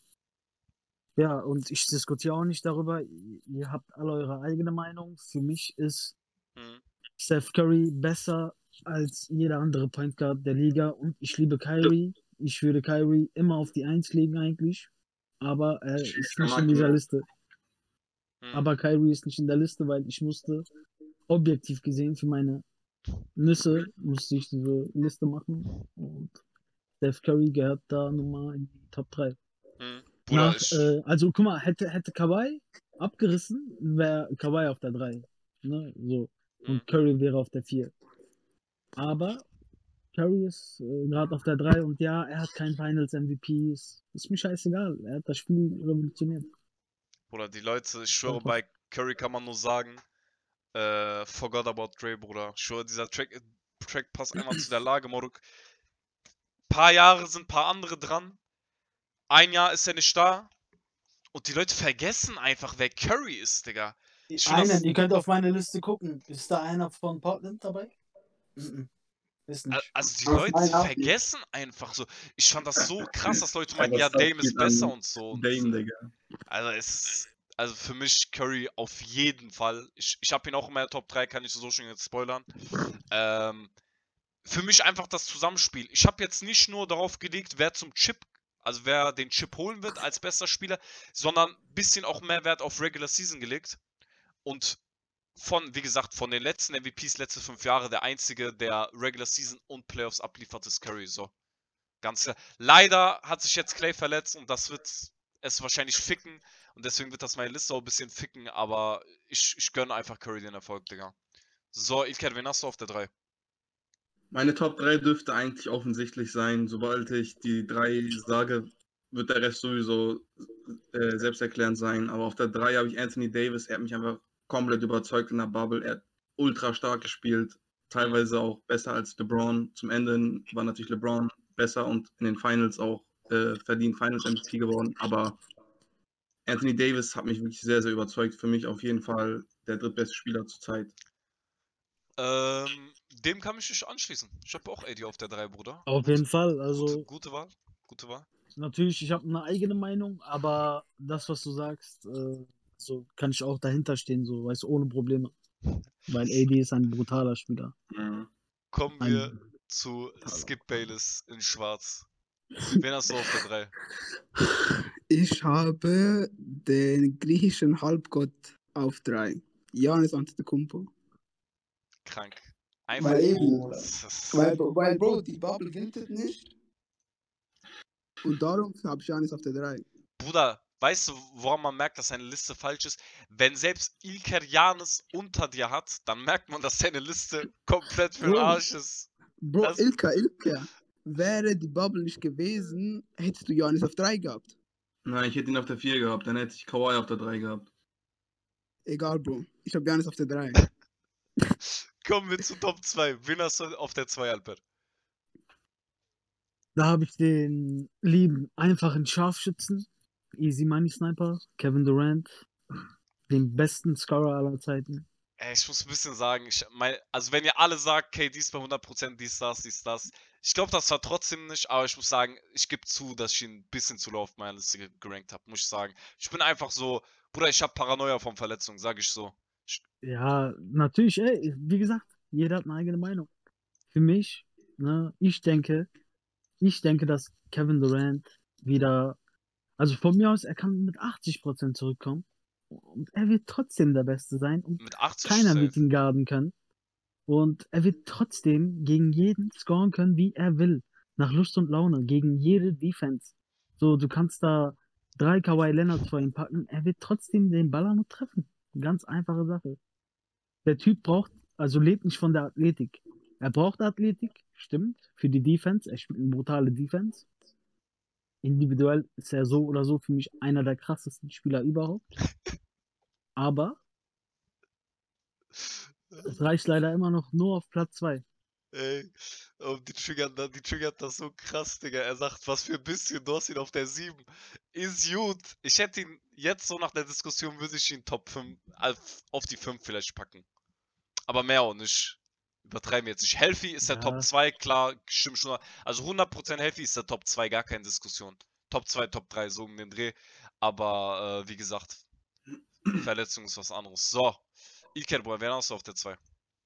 Ja, und ich diskutiere auch nicht darüber. Ihr habt alle eure eigene Meinung. Für mich ist Hm. Steph Curry besser als jeder andere Point Guard der Liga. Und ich liebe Kyrie. Ich würde Kyrie immer auf die Eins legen eigentlich. Aber er ist nicht in dieser Liste. Hm. Aber Kyrie ist nicht in der Liste, weil ich musste, objektiv gesehen, für meine Nüsse, musste ich diese Liste machen. Und Steph Curry gehört da nochmal in die Top drei. Hm. Bruder, Nach, ich, äh, also guck mal, hätte, hätte Kawhi abgerissen, wäre Kawhi auf der drei. Ne? So. Und Hm. Curry wäre auf der vier. Aber Curry ist äh, gerade auf der drei und ja, er hat keinen Finals-M V P. Ist, ist mir scheißegal. Er hat das Spiel revolutioniert. Bruder, die Leute, ich schwöre, Einfach. bei Curry kann man nur sagen, äh, forgot about Dre, Bruder. Ich schwöre, dieser Track, Track passt einmal zu der Lage, Moruk. Paar Jahre sind paar andere dran. Ein Jahr ist er nicht da. Und die Leute vergessen einfach, wer Curry ist, Digga. Ich find das- Einen, ihr könnt auf meine Liste gucken. Ist da einer von Portland dabei? Mhm. Ist Al- nicht. Also die Auf Leute meinen auch vergessen einfach so. Ich fand das so krass, dass Leute meinen, Aber ja, Steph Dame ist geht an besser und so. Und Dame, Digga. also es also für mich Curry auf jeden Fall. Ich, ich habe ihn auch in meiner Top drei, kann ich so schon jetzt spoilern. Ähm, für mich einfach das Zusammenspiel. Ich habe jetzt nicht nur darauf gelegt, wer zum Chip, also wer den Chip holen wird als bester Spieler, sondern ein bisschen auch mehr Wert auf Regular Season gelegt. Und von, wie gesagt, von den letzten M V Ps letzte fünf Jahre der einzige, der Regular Season und Playoffs abliefert, ist Curry. So. Ganz klar. Leider hat sich jetzt Clay verletzt und das wird es wahrscheinlich ficken. Und deswegen wird das meine Liste auch ein bisschen ficken, aber ich, ich gönne einfach Curry den Erfolg, Digga. So, Ilker, wen hast du auf der drei? Meine Top drei dürfte eigentlich offensichtlich sein. Sobald ich die drei sage, wird der Rest sowieso äh, selbsterklärend sein. Aber auf der drei habe ich Anthony Davis. Er hat mich einfach komplett überzeugt in der Bubble. Er hat ultra stark gespielt. Teilweise auch besser als LeBron. Zum Ende war natürlich LeBron besser und in den Finals auch äh, verdient Finals-M V P geworden. Aber Anthony Davis hat mich wirklich sehr, sehr überzeugt. Für mich auf jeden Fall der drittbeste Spieler zurzeit. Ähm, dem kann ich mich anschließen. Ich habe auch A D auf der drei, Bruder. Auf jeden Fall. Also Gute, gute Wahl. Gute Wahl. natürlich, ich habe eine eigene Meinung, aber das, was du sagst, äh, so kann ich auch dahinter stehen, so, weißt du, ohne Probleme. Weil A D ist ein brutaler Spieler. Mhm. Kommen Ein wir zu Skip Bayless in Schwarz. Wen hast du auf der drei? Ich habe den griechischen Halbgott auf drei. Giannis Antetokounmpo. Krank. Einfach. Weil eben, Das- weil, weil Bro, die Bubble wintet nicht. Und darum habe ich Giannis auf der drei. Bruder, weißt du, woran man merkt, dass seine Liste falsch ist? Wenn selbst Ilker Janis unter dir hat, dann merkt man, dass seine Liste komplett für den Bro. Arsch ist. Bro, Das- Ilka, Ilka, wäre die Bubble nicht gewesen, hättest du Giannis auf drei gehabt. Nein, ich hätte ihn auf der vier gehabt. Dann hätte ich Kawhi auf der drei gehabt. Egal, Bro. Ich habe Giannis auf der drei. Kommen wir zu Top zwei. Wen hast du auf der zwei, Albert? Da habe ich den lieben, einfachen Scharfschützen, Easy Money Sniper, Kevin Durant, den besten Scorer aller Zeiten. Ey, ich muss ein bisschen sagen, ich, mein, also wenn ihr alle sagt, K D ist bei hundert Prozent dies, das, dies, das. Ich glaube das zwar trotzdem nicht, aber ich muss sagen, ich gebe zu, dass ich ihn ein bisschen zu low auf meiner Liste ge- gerankt habe, muss ich sagen. Ich bin einfach so, Bruder, ich habe Paranoia von Verletzungen, sage ich so. Ja, natürlich, ey, wie gesagt, jeder hat eine eigene Meinung. Für mich, ne, ich denke, ich denke, dass Kevin Durant wieder, also von mir aus, er kann mit achtzig Prozent zurückkommen Und er wird trotzdem der Beste sein und Mit achtzig keiner safe. wird ihn guarden können. Und er wird trotzdem gegen jeden scoren können, wie er will. Nach Lust und Laune, gegen jede Defense. So, du kannst da drei Kawhi Leonards vor ihm packen, er wird trotzdem den Baller nur treffen. Ganz einfache Sache. Der Typ braucht, also lebt nicht von der Athletik. Er braucht Athletik, stimmt, für die Defense. Er spielt eine brutale Defense. Individuell ist er so oder so für mich einer der krassesten Spieler überhaupt. Aber es reicht leider immer noch nur auf Platz zwei. Ey, oh, die triggern, da- die triggert das so krass, Digga. Er sagt, was für ein bisschen, du hast ihn auf der sieben. Ist gut. Ich hätte ihn jetzt so nach der Diskussion, würde ich ihn Top fünf, auf, auf die fünf vielleicht packen. Aber mehr auch nicht. Übertreiben jetzt nicht. Healthy ist der Ja. Top zwei, klar, stimmt schon. Also hundert Prozent Healthy ist der Top zwei, gar keine Diskussion. Top zwei, Top drei, so um den Dreh. Aber äh, wie gesagt, Verletzung ist was anderes. So, Iker, Bruder, wer hast du auf der zwei?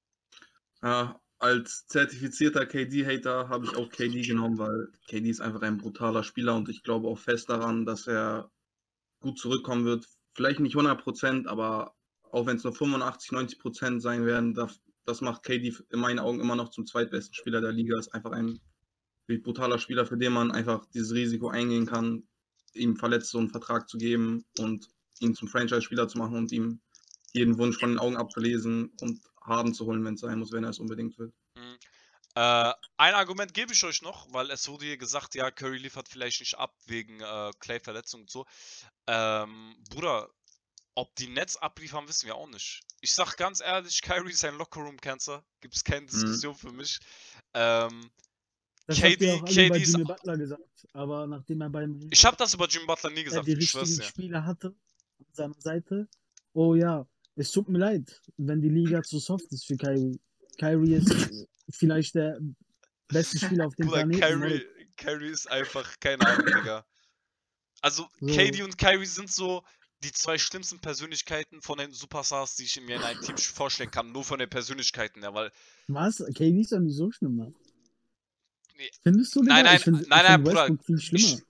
Ja, als zertifizierter K D-Hater habe ich auch K D genommen, weil K D ist einfach ein brutaler Spieler und ich glaube auch fest daran, dass er gut zurückkommen wird. Vielleicht nicht hundert Prozent, aber auch wenn es nur fünfundachtzig, neunzig Prozent sein werden, das, das macht K D in meinen Augen immer noch zum zweitbesten Spieler der Liga. Ist einfach ein wirklich brutaler Spieler, für den man einfach dieses Risiko eingehen kann, ihm verletzt so einen Vertrag zu geben und ihn zum Franchise-Spieler zu machen und ihm jeden Wunsch von den Augen abzulesen und Harden zu holen, wenn es sein muss, wenn er es unbedingt will. Mhm. Äh, ein Argument gebe ich euch noch, weil es wurde hier gesagt, ja, Curry liefert vielleicht nicht ab wegen äh, Clay-Verletzung und so. Ähm, Bruder, ob die Nets abliefern, wissen wir auch nicht. Ich sag ganz ehrlich, Kyrie ist ein Lockerroom-Cancer. Gibt es keine Diskussion für mich. Ähm, Das habt ihr KD, auch alle bei KD ist, Jimmy Butler gesagt. Aber nachdem er beim ich habe das über Jimmy Butler nie er gesagt, die ich schwör's richtigen dir. Spieler hatte an seiner Seite, oh ja, es tut mir leid, wenn die Liga zu soft ist für Kyrie. Kyrie ist vielleicht der beste Spieler auf dem Bruder, Planeten. Kyrie, Kyrie ist einfach, keine Ahnung, Digga. Also, So. K D und Kyrie sind so die zwei schlimmsten Persönlichkeiten von den Superstars, die ich mir in einem Team vorstellen kann. Nur von den Persönlichkeiten, ja, weil. Was? K D ist doch nicht so schlimm, Mann. Nee. Findest du, Digga? Nein, nein, ich find, nein, ich nein, find Bruder. Westbrook viel schlimmer.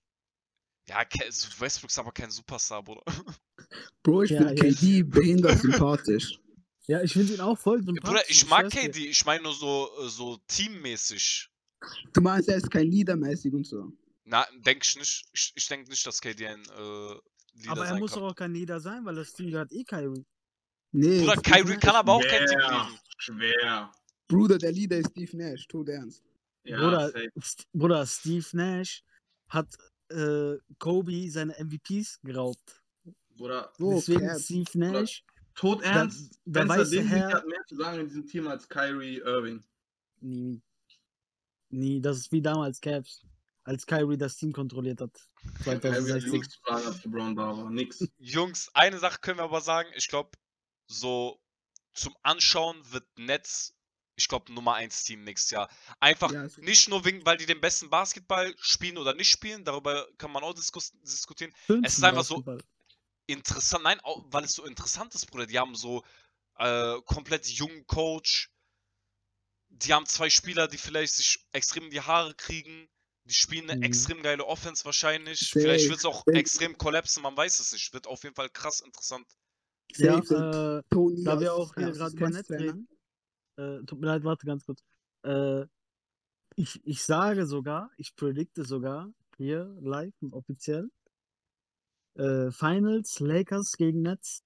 Ja, Ke- Westbrook ist aber kein Superstar, Bruder. Bro, ich Ja, finde ja. K D behindert sympathisch. Ja, ich finde ihn auch voll sympathisch. Bruder, ich mag schwör's K dir. D, ich meine nur so, äh, so teammäßig. Du meinst, er ist kein Leadermäßig und so. Na, denk ich nicht. Ich, ich denke nicht, dass K D ein äh, Leader Aber er sein muss kann. doch auch kein Leader sein, weil das Team gehört eh Kyrie. Nee, Bruder, Steve Kyrie Nash. kann aber auch kein Team Schwer, leaden. schwer. Bruder, der Leader ist Steve Nash, tot ernst. Ja, Bruder, safe. St Bruder, Steve Nash hat äh, Kobe seine M V Ps geraubt. Bruder, Oh, Deswegen Cap. Steve Nash, tot ernst. der Spencer weiße Dinwiddie Herr- hat mehr zu sagen in diesem Team als Kyrie Irving. nie. Nie, das ist wie damals Cavs, als Kyrie das Team kontrolliert hat. Kyrie hat zweitausendsechzehn. nichts zu sagen, als LeBron da war. Nix. Jungs, eine Sache können wir aber sagen. Ich glaube, so zum Anschauen wird Nets, ich glaube, Nummer eins Team nächstes Jahr. Einfach Ja, so- nicht nur wegen, weil die den besten Basketball spielen oder nicht spielen, darüber kann man auch diskus diskutieren. Es ist einfach so interessant, nein, auch, weil es so interessant ist, Bruder. Die haben so äh, komplett jungen Coach. Die haben zwei Spieler, die vielleicht sich extrem in die Haare kriegen. Die spielen eine Mhm. extrem geile Offense wahrscheinlich. Safe. Vielleicht wird es auch Wenn- extrem kollapsen, man weiß es nicht. Wird auf jeden Fall krass interessant. Ja, Safe sind äh, Tony da wir als auch hier gerade über Netz Assistenztrainer. reden, äh, tut mir leid, warte ganz kurz. Äh, ich, ich sage sogar, ich predikte sogar, hier live und offiziell, äh, Finals, Lakers gegen Nets.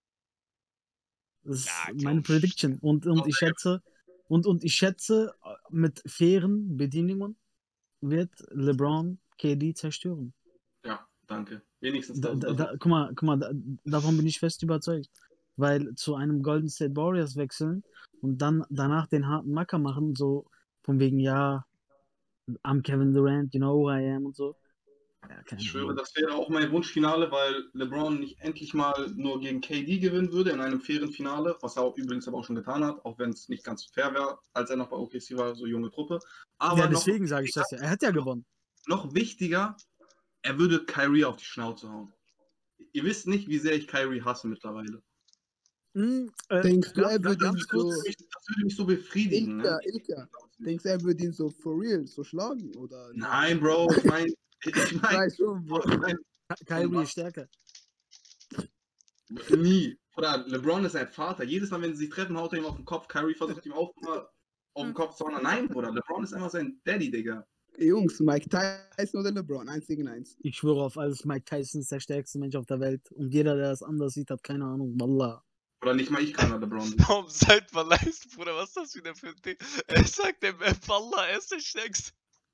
Das ist Ja, meine glaub ich. Prediction. Und, und ich schätze, und, und ich schätze, äh, mit fairen Bedingungen wird LeBron K D zerstören. Ja, danke. Wenigstens Da, das. da, das da, guck mal, guck mal, da, davon bin ich fest überzeugt. Weil zu einem Golden State Warriors wechseln und dann danach den harten Macker machen, so von wegen, ja, I'm Kevin Durant, you know who I am und so. Ja, keine Ich schwöre, Ahnung. das wäre auch mein Wunschfinale, weil LeBron nicht endlich mal nur gegen K D gewinnen würde in einem fairen Finale, was er auch übrigens aber auch schon getan hat, auch wenn es nicht ganz fair wäre, als er noch bei O K C war, so junge Truppe. Aber Ja, noch, deswegen sage ich das ja. Er hat ja gewonnen. noch wichtiger, er würde Kyrie auf die Schnauze hauen. Ihr wisst nicht, wie sehr ich Kyrie hasse mittlerweile. Hm, äh, Denkst du, ganz- er würde ganz ihn kurz- so. Das würde mich so befriedigen. Ilka, Ne? Ilka. Denkst du, er würde ihn so for real so schlagen? Oder? Nein, Bro, ich meine, ich Ich meine, weiß schon, Bro. ich mein, Kyrie ist stärker. Nie. Oder LeBron ist sein Vater. Jedes Mal, wenn sie sich treffen, haut er ihm auf den Kopf. Kyrie versucht ihm auch mal auf den Kopf zu hauen. Nein, Bruder, LeBron ist einfach sein Daddy, Digga. Jungs, Mike Tyson oder LeBron? Eins gegen eins. Ich schwöre auf alles, Mike Tyson ist der stärkste Mensch auf der Welt. Und jeder, der das anders sieht, hat keine Ahnung. Wallah. Oder nicht mal ich kann LeBron. Warum seid mal leise, Bruder? Was ist das wieder für ein Ding? Er sagt dem F, Allah, er ist der Stärkste.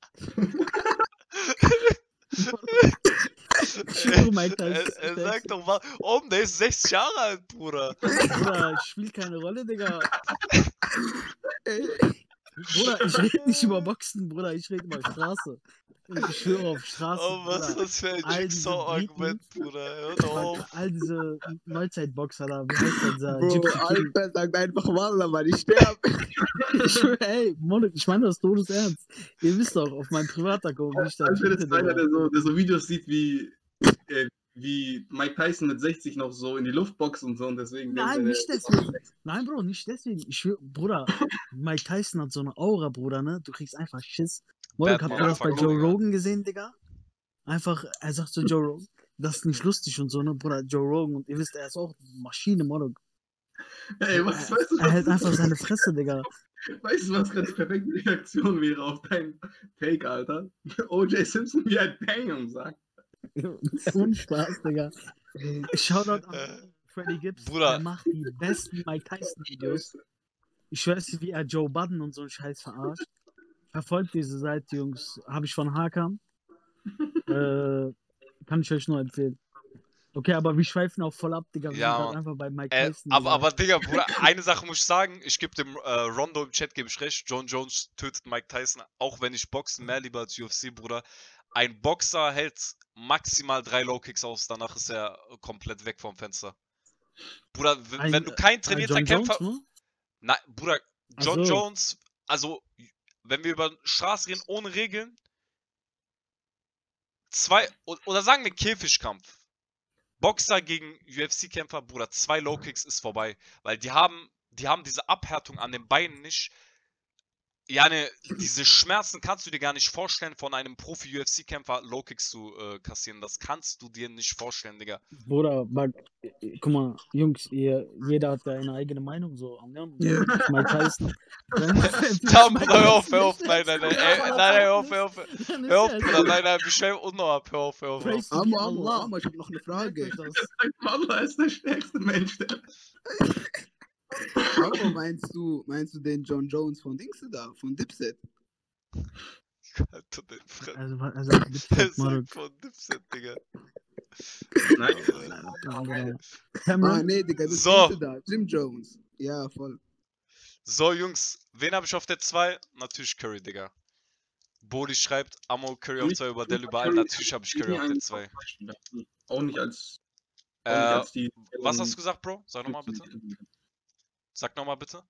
Ich schwöre, Mike Tyson Er, ist der er Stärkste. sagt doch mal, oh, der ist sechzig Jahre alt, Bruder. Bruder, spielt keine Rolle, Digga. Ey, Bruder, ich rede nicht über Boxen, Bruder, ich rede über Straße. Und ich schwöre auf Straße. Oh, was ist Bruder. das für ein All diese Jigsaw-Argument, Bruder? Hör doch auf. All diese Neuzeitboxer da, wie heißt der? dieser Bro, Gypsy King? Alter, sagt einfach Wallah, Mann, ich sterbe. Ich schwöre, ey, Monik, ich meine das todesernst. Ihr wisst doch, auf meinem Privataccount, wie ich da Als wäre das tweete, einer, Digga. der so, der so Videos sieht, wie, äh, wie Mike Tyson mit sechzig noch so in die Luft boxt und so und deswegen. Nein, denkt er, nicht der- deswegen. Nein, Bro, nicht deswegen. Ich schwöre, Bruder, Mike Tyson hat so eine Aura, Bruder, ne? Du kriegst einfach Schiss. Monik, Bad habt ihr das bei Motherfucker, Joe Digga. Rogan gesehen, Digga? Einfach, er sagt zu Joe Rogan, das ist nicht lustig und so, ne? Bruder, Joe Rogan, und ihr wisst, er ist auch Maschine, Monik. Ey, was, weißt du, Er hält was, einfach seine Fresse, Digga. weißt du, was gerade die perfekte Reaktion wäre auf deinen Take, Alter? O J Simpson, wie er Damn sagt. Ohne Spaß, Digga. Shoutout an Äh, Freddie Gibbs. Bruder. Er macht die besten Mike Tyson-Videos. Ich weiß nicht, wie er Joe Budden und so einen Scheiß verarscht. Verfolgt diese Seite, Jungs. Habe ich von Hakan. äh, kann ich euch nur empfehlen. Okay, aber wir schweifen auch voll ab, Digga. Wir Ja, sind Mann. grad einfach bei Mike Äh, Tyson. aber, Digga. aber, Digga, Bruder, eine Sache muss ich sagen, ich gebe dem äh, Rondo im Chat, gebe ich recht, John Jones tötet Mike Tyson, auch wenn ich Boxen mehr lieber als U F C, Bruder. Ein Boxer hält maximal drei Low-Kicks aus, danach ist er komplett weg vom Fenster. Bruder, w- Ein- wenn du kein Äh, trainierter John Kämpfer... Jones, ne? Nein, Bruder, Ach John so. Jones, also, wenn wir über Straße reden, ohne Regeln, zwei, o- oder sagen wir Käfigkampf. Boxer gegen U F C-Kämpfer, Bruder, zwei Low-Kicks ist vorbei. Weil die haben, die haben diese Abhärtung an den Beinen nicht. Ja, ne, diese Schmerzen kannst du dir gar nicht vorstellen, von einem Profi-U F C-Kämpfer Low-Kicks zu äh, kassieren. Das kannst du dir nicht vorstellen, Digga. Bruder, aber, äh, guck mal, Jungs, ihr, jeder hat da eine eigene Meinung, so. Ne? Ja. Mike Tyson. Wenn- wenn- Ja, Mike Bruder, hör auf, Tyson hör auf, nicht nein, nein, nein, ist, ey, dann nein, nein, hör auf, ist- hör auf, dann ist hör auf, er- Bruder, nein, nein, wir schwellen unten ab, hör auf, hör auf, hör auf. Praise Amo, be Amo, Allah. Amo, ich hab noch eine Frage. Merkt euch das. Wallah ist der stärkste Mensch, der. Amo, meinst du, meinst du den John Jones von Dings da, von Dipset? Alter, den Fremd. Also, also, Der Dipset, Marek. sagt von Dipset, Digga. Nein, Bruder. Ah, Cameron, nee, Digga, das So. ist da. Jim Jones. Ja, voll. So, Jungs, wen habe ich auf der zwei? Natürlich Curry, Digga. Bodi schreibt, Amo Curry auf zwei über Dell überall. Natürlich habe ich Curry auf der zwei. Auch nicht als. Auch nicht Äh, als die. was hast du gesagt, Bro? Sag nochmal bitte. Sag nochmal bitte.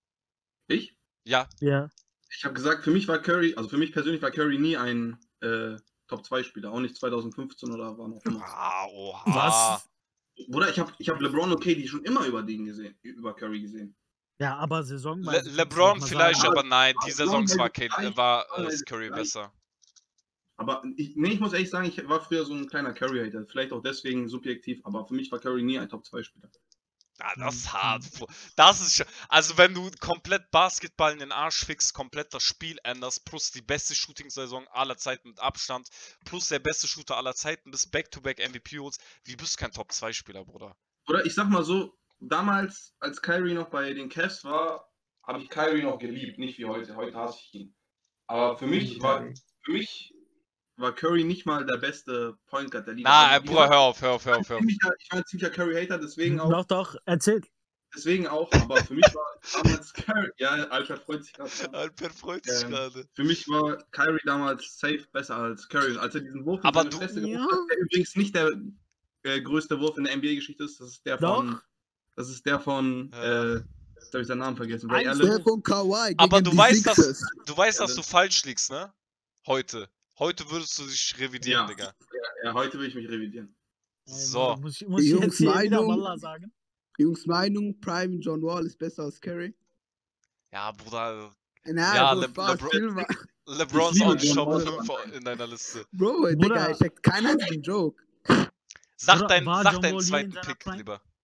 Ich? Ja, ja. Ich habe gesagt, für mich war Curry, also für mich persönlich war Curry nie ein äh, Top zwei Spieler, auch nicht zwanzig fünfzehn oder wann auch immer. Ah, oha. Was? Bruder, ich habe ich hab LeBron und K D schon immer über den gesehen, über Curry gesehen. Ja, aber Saison. Le LeBron vielleicht, sagen. aber nein, die LeBron Saisons war, hätte Kate, gleich- war äh, hätte Curry gleich- besser. Aber ich, nee, ich muss ehrlich sagen, ich war früher so ein kleiner Curry-Hater. Vielleicht auch deswegen subjektiv, aber für mich war Curry nie ein Top zwei Spieler. Ja, das ist Mhm. hart. Bro. Das ist schon, also wenn du komplett Basketball in den Arsch fixst, komplett das Spiel änderst, plus die beste Shooting-Saison aller Zeiten mit Abstand, plus der beste Shooter aller Zeiten, bis Back-to-Back M V P holst, wie bist du kein Top zwei Spieler, Bruder? Oder ich sag mal so, damals, als Kyrie noch bei den Cavs war, habe ich Kyrie noch geliebt, nicht wie heute. Heute hasse ich ihn. Aber für mich war, für mich war Curry nicht mal der beste Point Guard der Liga. Na, äh, Also, wie Bruder, gesagt, hör auf, hör auf, hör auf, hör auf. ziemlicher- Ich war ein ziemlicher Curry-Hater, deswegen auch, Doch, doch, erzählt. deswegen auch, aber für mich war damals Curry, ja, Alper freut sich gerade. Alper freut sich Ähm, gerade. Für mich war Kyrie damals safe besser als Curry. Als er diesen Wurf in Aber seine du- Fresse Ja. geworfen hat, der übrigens nicht der äh, größte Wurf in der N B A-Geschichte ist, das ist der von, Doch. das ist der von, Ja. äh, jetzt habe ich seinen Namen vergessen, Ray Eins Allen. Der von Kawhi gegen Aber du die weißt, dass, Sixers. du weißt, Ja, dass du das- falsch liegst, ne? Heute. Heute würdest du dich revidieren, Ja. Digga. Ja, heute will ich mich revidieren. So. Muss ich, muss ich Jungs, jetzt hier wieder Meinung? Wallah sagen? Jungs Meinung, Prime John Wall ist besser als Curry. Ja, Bruder. Na, Ja, Bro, Le- Spaß, LeBron- chill mal. LeBron ist liebe auch nicht John Top Wall. fünf in deiner Liste. Bro, Bruder. Digga, ich check keinen einzigen Joke. Sag Bruder, deinen war sag John deinen Wall je in zweiten seiner Pick Prime? lieber.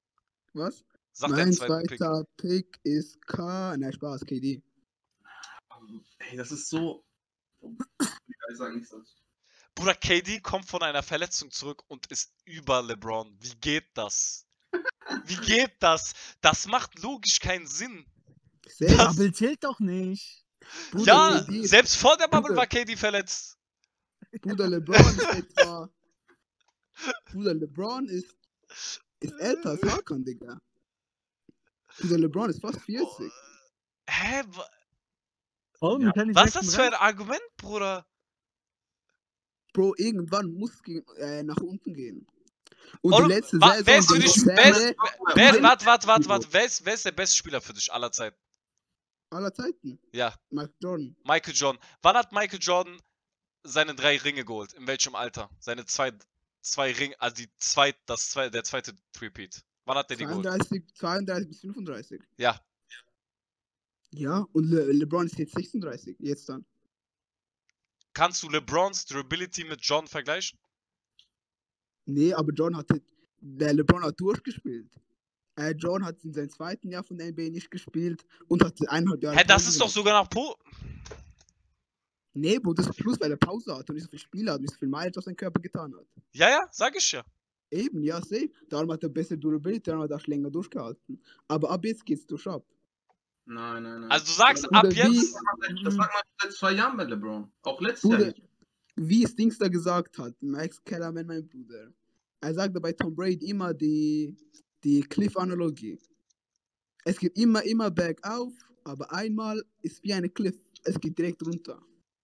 Was? Sag Mein deinen zweiten Pick. zweiter Pick ist K. Nein, Spaß, K D. Ey, das ist so. Ich sag nichts dazu. Bruder, K D kommt von einer Verletzung zurück und ist über LeBron. Wie geht das? Wie geht das? Das macht logisch keinen Sinn. Safe. Das- Bubble zählt doch nicht. Bruder, Ja, K D ist- selbst vor der Bubble Bruder. war K D verletzt. Bruder LeBron ist etwa. Bruder LeBron ist, ist älter als Hakan, Digga. Bruder LeBron ist fast vierzig. Hä? wa- Warum Ja. kann ich Was ist das für sechsunddreißig? ein Argument, Bruder? Bro, irgendwann muss es gegen- äh, nach unten gehen. Und Ol- die letzte wa- Saison wer ist für gegen dich- Serie wer ist- Wer ist, Nein. warte, warte, warte, warte. Wer ist, wer ist der beste Spieler für dich aller Zeiten? aller Zeiten. Ja, Mike Jordan. Michael Jordan. Wann hat Michael Jordan seine drei Ringe geholt? In welchem Alter? Seine zwei, zwei Ringe, also die zwei, das zwei, der zweite Repeat. Wann hat der die geholt? zweiunddreißig, zweiunddreißig bis fünfunddreißig. Ja. Ja, und Le LeBron ist jetzt sechsunddreißig. Jetzt dann. Kannst du LeBrons Durability mit Jordan vergleichen? Nee, aber Jordan hat. Der LeBron hat durchgespielt. Äh, Jordan hat in seinem zweiten Jahr von der N B A nicht gespielt und hat eineinhalb Jahre. Hä, das Pause ist doch gemacht. sogar nach Po. Nee, Bro, das ist plus, weil er Pause hat und nicht so viel Spiele hat, nicht so viel Mileage auf seinen Körper getan hat. Ja, ja, sag ich ja. Eben, ja, safe. Darum hat er bessere Durability, darum hat er auch länger durchgehalten. Aber ab jetzt geht's durch ab. Nein, nein, nein. Also du sagst Bruder, ab wie- jetzt. Das sagt man seit zwei Jahren bei LeBron. Auch letztes Jahr. Bruder, nicht. wie es Dings da gesagt hat, Max Kellerman, mein Bruder. Er sagte bei Tom Brady immer die, die Cliff-Analogie. Es geht immer, immer bergauf, aber einmal ist wie eine Cliff. Es geht direkt runter.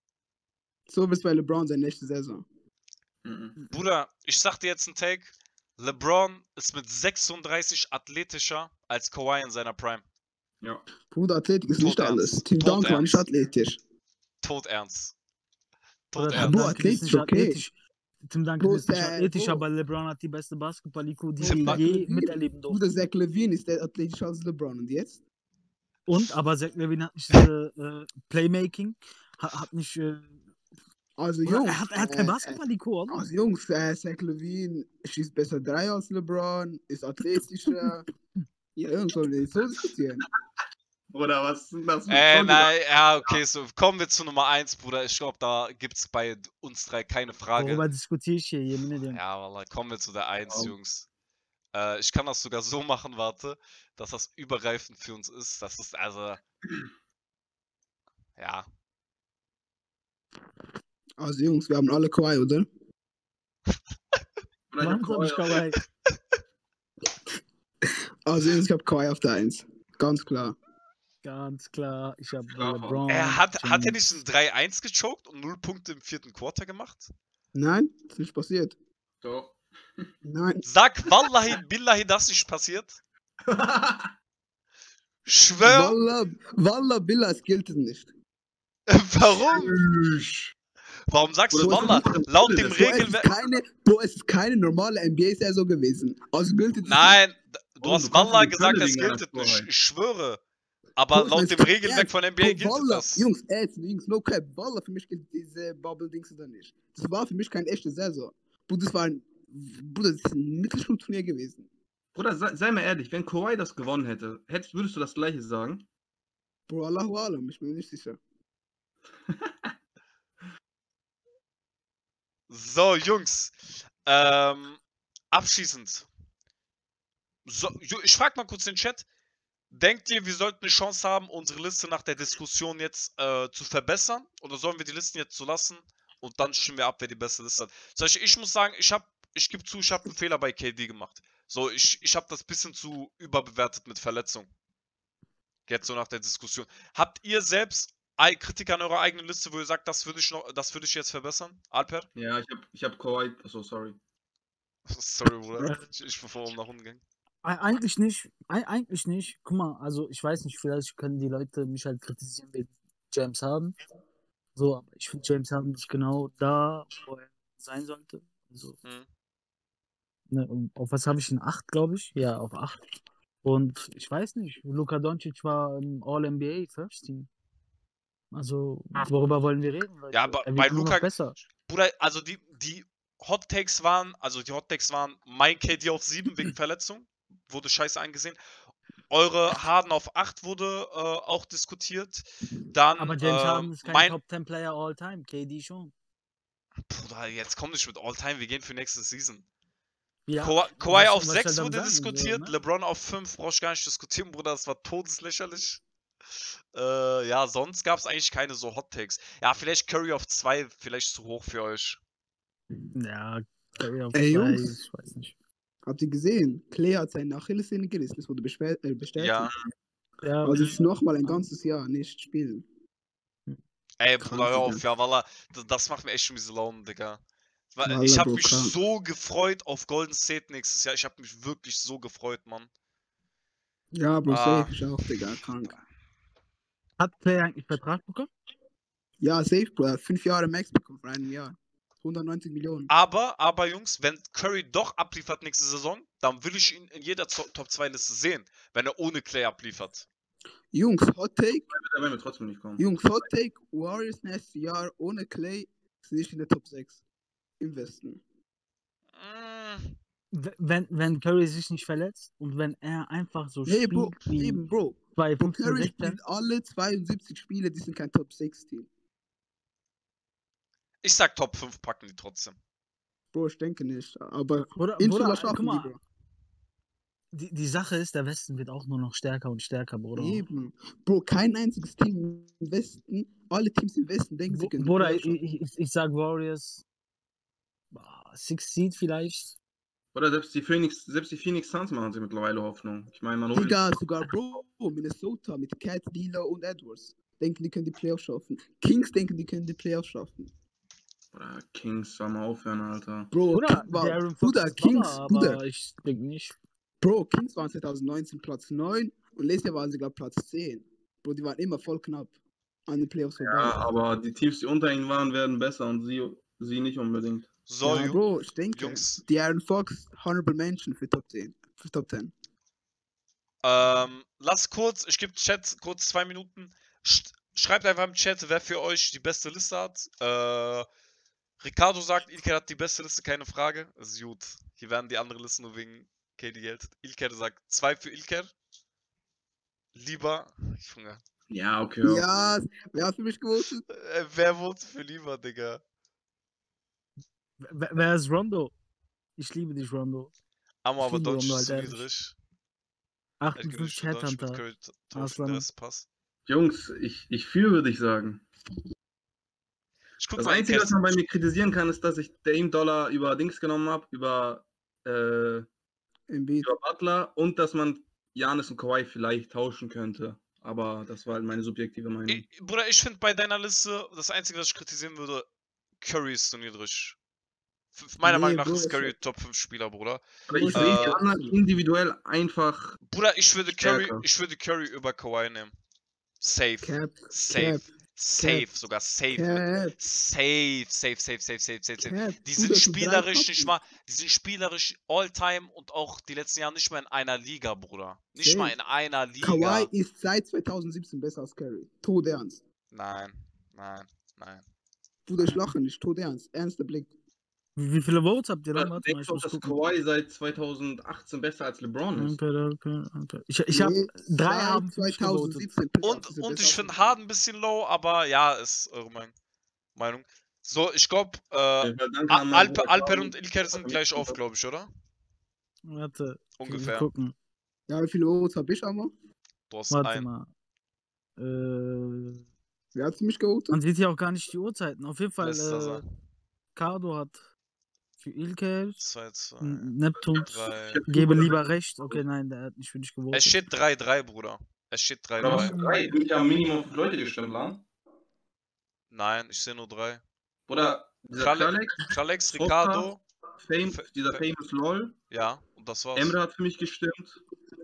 So wird es bei LeBron sein nächste Saison. Mhm. Bruder, ich sag dir jetzt einen Take. LeBron ist mit sechsunddreißig athletischer als Kawhi in seiner Prime. Ja. Bruder, Athletik ist nicht Todernst. alles. Tim Duncan war nicht Todernst. athletisch. Todernst. Oder Todernst. Tim Bro, Duncan ist athletisch, nicht okay. athletisch. Tim Duncan Bro, ist nicht äh, athletisch, Bro. aber LeBron hat die beste Basketball-I Q, die Tim wir Duncan- je miterleben durften. Bruder, Zach Levine ist der athletischer als LeBron. Und jetzt? Und, aber Zach Levine hat nicht diese äh, Playmaking, hat, hat nicht, äh, Also oder Jungs, er hat, er hat kein äh, Basketball-I Q, oder? Also Jungs, äh, Zach Levine schießt besser drei als LeBron, ist athletischer. Ja, Jungs, sollen wir nicht so diskutieren? Bruder, was sind das? Äh, nein, ja, okay, so kommen wir zu Nummer eins, Bruder. Ich glaube, da gibt's bei uns drei keine Frage. Worüber diskutiere ich hier? Jeden Minute. Ja, Wallah, kommen wir zu der eins, Ja. Jungs. Äh, ich kann das sogar so machen, warte, dass das übergreifend für uns ist. Das ist also. Ja. Also Jungs, wir haben alle Kawhi, oder? Wann hab ich Kawhi? Also Jungs, ich habe Kawhi auf der eins. Ganz klar. Ganz klar, ich habe Ja, LeBron. Er hat, hat er James. nicht ein drei eins gechoked und null Punkte im vierten Quarter gemacht? Nein, das ist nicht passiert. Doch. Nein. Sag Wallahi, Billahi, das nicht passiert. Schwör. Wallah, Wallah, Billah, es gilt nicht. Warum? Warum sagst du Bruder, Wallah? was ist das? Laut dem Bro, Bro, es ist Regelwerk. keine, Bro, es ist keine normale N B A-Saison gewesen. Also gilt es Nein, d- du Warum? hast Du kannst Wallah die gesagt, Quelle es wegen einer gilt nicht. Torheit. Ich schwöre. Aber Bro, ich laut mein's dem kein Regelwerk Ernst. von N B A Bro, gilt Wallah, das. Jungs, ey, Jungs, no cap. Wallah, für mich gilt diese Bubble-Dings oder nicht. Das war für mich keine echte Saison. Bruder, das war ein, Bruder, das ist ein Mittelschulturnier gewesen. Bruder, sei, sei mal ehrlich, wenn Kawhi das gewonnen hätte, hättest, würdest du das gleiche sagen? Bro, Allahu Alam, ich bin mir nicht sicher. So, Jungs. Ähm, abschließend. So, Ju- ich frage mal kurz den Chat. Denkt ihr, wir sollten eine Chance haben, unsere Liste nach der Diskussion jetzt äh, zu verbessern? Oder sollen wir die Listen jetzt so lassen und dann stimmen wir ab, wer die beste Liste hat? Zum Beispiel, ich muss sagen, ich habe, ich gebe zu, ich habe einen Fehler bei K D gemacht. So, ich, ich habe das bisschen zu überbewertet mit Verletzung. Jetzt so nach der Diskussion. Habt ihr selbst ei- Kritik an eurer eigenen Liste, wo ihr sagt, das würde ich noch, das würde ich jetzt verbessern? Alper? Ja, ich hab, ich hab Kawhi, achso, sorry. Sorry, Bruder. Ich, ich bin vor oben nach unten gegangen. Eig- Eigentlich nicht. Eig- Eigentlich nicht. Guck mal, also ich weiß nicht, vielleicht können die Leute mich halt kritisieren wegen James Harden. So, aber ich finde James Harden nicht genau da, wo er sein sollte. Also, Mhm. ne, und auf was habe ich ihn? acht, glaube ich? Ja, auf acht. Und ich weiß nicht, Luka Doncic war im All-N B A First Team. Also, worüber wollen wir reden? Leute? Ja, aber er bei wird nur noch Luka- besser. Bruder, also die, die Hot Takes waren, also die Hot Takes waren mein K D auf sieben wegen Verletzung. wurde scheiße eingesehen. Eure Harden auf acht wurde äh, auch diskutiert. Dann, Aber James äh, Harden ist kein mein, Top zehn Player all time. K D schon. Bruder, jetzt komm nicht mit All-Time, wir gehen für nächste Season. Ja, Ka Kawhi was- auf was soll sechs ich dann wurde sagen, so, diskutiert, ne? LeBron auf fünf brauchst du gar nicht diskutieren, Bruder, das war todeslächerlich. Äh, ja, sonst gab es eigentlich keine so Hot Takes. Ja, vielleicht Curry auf zwei, vielleicht zu hoch für euch. Ja, Curry auf Ey, zwei, Jungs. ich weiß nicht. Habt ihr gesehen? Clay hat seine Achillessehne gerissen. Das wurde beschwer- äh, bestätigt. Ja, Ja, Also ist nochmal ein ganzes Jahr nicht spielen. ey, Krank, Bruder, hör auf, Digga. ja, Wallah, das, das macht mir echt schon diese Laune, Digga. Weil Wallah, Ich habe Bro, mich krank. so gefreut auf Golden State nächstes Jahr. Ich habe mich wirklich so gefreut, Mann. Ja, Bro, Ah. safe. Ich auch, Digga. Krank. hat Clay eigentlich Vertrag bekommen? Ja, safe, Bro. Er hat fünf Jahre Max bekommen vor einem Jahr. hundertneunzig Millionen. Aber, aber Jungs, wenn Curry doch abliefert nächste Saison, dann will ich ihn in jeder Top zwei Liste sehen, wenn er ohne Clay abliefert. Jungs, Hot Take. Da werden wir trotzdem nicht kommen. Jungs, Hot Take. Warriors nächstes Jahr ohne Clay sind nicht in der Top sechs. Im Westen. Mm, W- Wenn, wenn Curry sich nicht verletzt und wenn er einfach so Nee, Bro. spielt wie Eben, Bro. bei Bro, fünfzehn, Curry sechzehn, spielt alle zweiundsiebzig Spiele, die sind kein Top sechs Team. Ich sag Top fünf packen die trotzdem. Bro, ich denke nicht. Aber Bruder, Inshallah Bruder, schaffen guck mal, die, Bro. die, die Sache ist, der Westen wird auch nur noch stärker und stärker, Bruder. Eben. Bro, kein einziges Team im Westen, alle Teams im Westen denken, sie Br- können die Bruder, Playoffs ich, schaffen. ich, ich sag Warriors, boah, Six Seed vielleicht. Oder selbst die Phoenix, selbst die Phoenix Suns machen sich mittlerweile Hoffnung. Ich meine, man holt Digga, sogar Bro, Minnesota mit Cat, D'Lo und Edwards denken, die können die Playoffs schaffen. Kings denken, die können die Playoffs schaffen. Oder Kings, soll mal aufhören, Alter. Bro, Bruder, King war, der Aaron Fox Bruder, ist Kings, Baba, Bruder, aber ich denke nicht. Bro, Kings waren zwanzig neunzehn Platz neun und letztes Jahr waren sie, glaube Platz zehn. Bro, die waren immer voll knapp an den Playoffs vorbei. Ja, aber die Teams, die unter ihnen waren, werden besser und sie, sie nicht unbedingt. So, ja, Ju- Bro, ich denke, Jungs. die Aaron Fox, Honorable Mention für Top zehn. Für Top zehn. Ähm, lass kurz, ich gebe Chat kurz zwei Minuten. Sch schreibt einfach im Chat, wer für euch die beste Liste hat. Äh, Ricardo sagt, Ilker hat die beste Liste, keine Frage. Das ist gut. Hier werden die anderen Listen nur wegen K D gelten. Ilker sagt zwei für Ilker. Lieber. Junge. Ja, okay. hör auf. Ja, wer hat für mich gewotet? Äh, wer votet für lieber, Digga? Wer, wer ist Rondo? Ich liebe dich, Rondo. Aber, Ich aber liebe Deutsch Rondo, ist zu halt ehrlich. niedrig. Ich gebe achtundfünfzig nicht für Deutsch mit Headhunter. Curry tauschen, Aslan. der Rest passt. Jungs, ich, ich fühle, würde ich sagen. Ich guck Das mal, Einzige, Ilker- was man bei mir kritisieren kann, ist, dass ich Dame Dollar über Dings genommen habe, über, äh, Embiid. über Butler und dass man Giannis und Kawhi vielleicht tauschen könnte. Aber das war halt meine subjektive Meinung. Ich, Bruder, ich finde bei deiner Liste, das Einzige, was ich kritisieren würde, Curry ist zu niedrig. F meiner Nee, Meinung nach Bro, ist ist Curry ja- Top fünf Spieler, Bruder. Aber Bro, ich äh, sehe die anderen individuell einfach. Bruder, ich würde Curry, Stärker. ich würde Curry über Kawhi nehmen. Safe. Cap, Safe. Cap, Safe, Cap, sogar safe. Mit, Cap, safe, safe, safe, safe, safe, safe, safe. Cap. Die Bruder, sind schon drei spielerisch nicht Toppen. mal, die sind spielerisch all-time und auch die letzten Jahre nicht mal in einer Liga, Bruder. Nicht Safe. mal in einer Liga. Kawhi ist seit zweitausendsiebzehn besser als Curry. Todernst. Nein, nein, nein. Bruder, ich lache nicht. Todernst. Ernster Blick. Wie, wie viele Votes habt ihr da? Oder Warte mal, denkst ich du auch, muss dass gucken. Kawhi seit zweitausendachtzehn besser als LeBron ist? Okay, okay, okay. Ich, ich hab, Nee, drei seit haben für mich gewotet. zweitausendsiebzehn Playoffs Und, ist er und besser ich als finde LeBron. Harden ein bisschen low, aber ja, ist eure Mein- Meinung. So, ich glaube, äh, Weil danke A- an meinen Alper, Bruder Alper Kawhi- und Ilker sind gleich auf, glaube ich, oder? Warte, wir Ungefähr. gucken. Ja, wie viele Votes hab ich einmal? Du hast Warte einen. mal. Äh, Wer hat für mich gewotet? man sieht hier auch gar nicht die Uhrzeiten. Auf jeden Fall, Letzter äh, sein. Cardo hat für Ilker, zwei, zwei, N- Neptun, drei. gebe lieber recht. Okay, nein, der hat nicht für dich Es gewotet. steht drei drei, Bruder. Es steht drei Oder was drei. für drei? Ich habe Minimum fünf Leute gestimmt, Lan. Nein, ich sehe nur drei. Oder dieser Krale- Kralex, Kralex, Foster. Ricardo, Fame, F- dieser F- Famous LOL. ja, und das war's. Emre hat für mich gestimmt.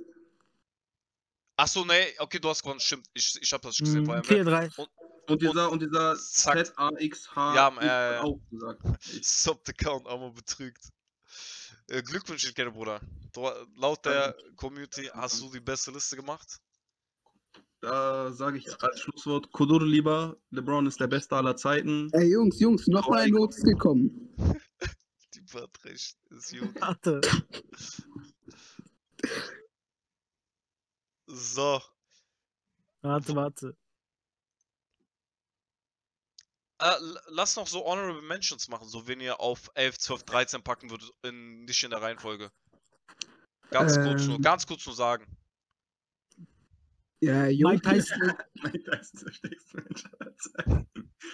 Achso, nee, okay, du hast gewonnen, stimmt. Ich, ich hab das nicht gesehen Hm, vorher. vier drei. Und dieser, und dieser Zack. Z A X H Ja, X äh, hat ja. auch gesagt. Sub-Account einmal betrügt. Äh, Glückwünsche, Ilker, Bruder. Du, laut der Community hast du die beste Liste gemacht. Da sage ich als Schlusswort Kudur lieber. LeBron ist der Beste aller Zeiten. Ey, Jungs, Jungs, noch mal ein Vote ist gekommen. Die hat recht, ist gut. Warte. So. Warte, warte. Äh, l- lass noch so Honorable Mentions machen, so wenn ihr auf elf, zwölf, dreizehn packen würdet, in, nicht in der Reihenfolge. Ganz kurz nur, Ähm, ganz kurz nur sagen. ja, Mike Jokic, Tyson. Mike Tyson, der stärkste Mensch aller Zeiten.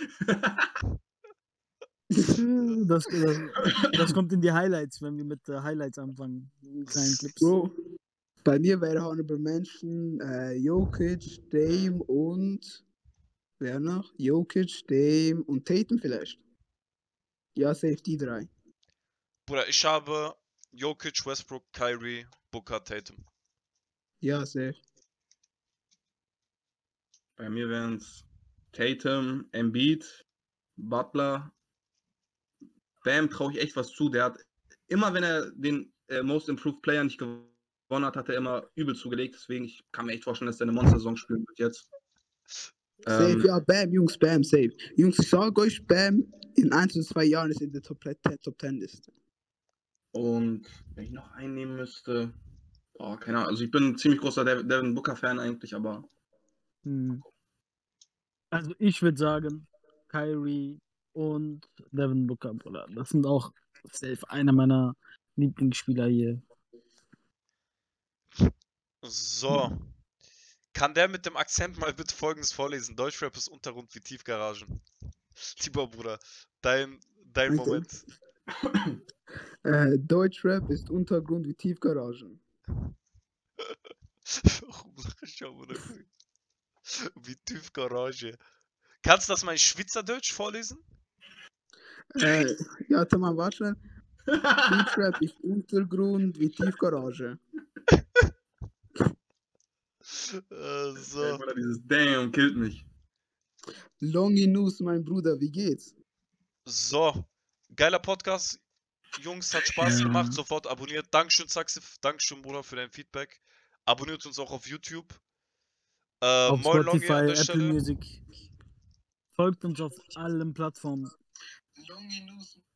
Das, das, das kommt in die Highlights, wenn wir mit äh, Highlights anfangen. In kleinen Clips. Bro. Bei mir wäre Honorable Mention äh, Jokic, Dame und wer noch? Jokic, Dame und Tatum vielleicht. Ja, safe die drei. Bruder, ich habe Jokic, Westbrook, Kyrie, Booker, Tatum. Ja, safe. Bei mir wären es Tatum, Embiid, Butler. Bam traue ich echt was zu. Der hat immer, wenn er den äh, Most Improved Player nicht gewonnen hat, hat er immer übel zugelegt. Deswegen, ich kann mir echt vorstellen, dass er eine Monster-Saison spielen wird jetzt. Safe, Ähm, ja, Bam, Jungs, Bam, safe. Jungs, ich sage euch, Bam in ein bis zwei Jahren ist in der Top zehn Top zehn Liste. Und wenn ich noch einnehmen müsste, boah, keine Ahnung. Also ich bin ein ziemlich großer Dev- Devin Booker-Fan eigentlich, aber Hm. Also ich würde sagen, Kyrie und Devin Booker, Bruder. Das sind auch safe einer meiner Lieblingsspieler hier. So. Kann der mit dem Akzent mal bitte folgendes vorlesen? Deutschrap ist Untergrund wie Tiefgaragen. Lieber Bruder, dein, dein Danke. Moment. Äh, Deutschrap ist Untergrund wie Tiefgaragen. Warum lache ich auch, Bruder? Wie Tiefgarage. Kannst du das mal in Schweizerdeutsch vorlesen? Äh, ja, Tamam, warte schnell. Deutschrap ist Untergrund wie Tiefgarage. Äh, ey, so. Bruder, dieses Damn killt mich. Longy News, mein Bruder, wie geht's? So. Geiler Podcast. Jungs, hat Spaß Ja. gemacht. Sofort abonniert. Dankeschön, Saxif. Dankeschön, Bruder, für dein Feedback. Abonniert uns auch auf YouTube. Äh, Auf moin Longi Spotify, an der Apple Stelle. Music. Folgt uns auf allen Plattformen. Longy News.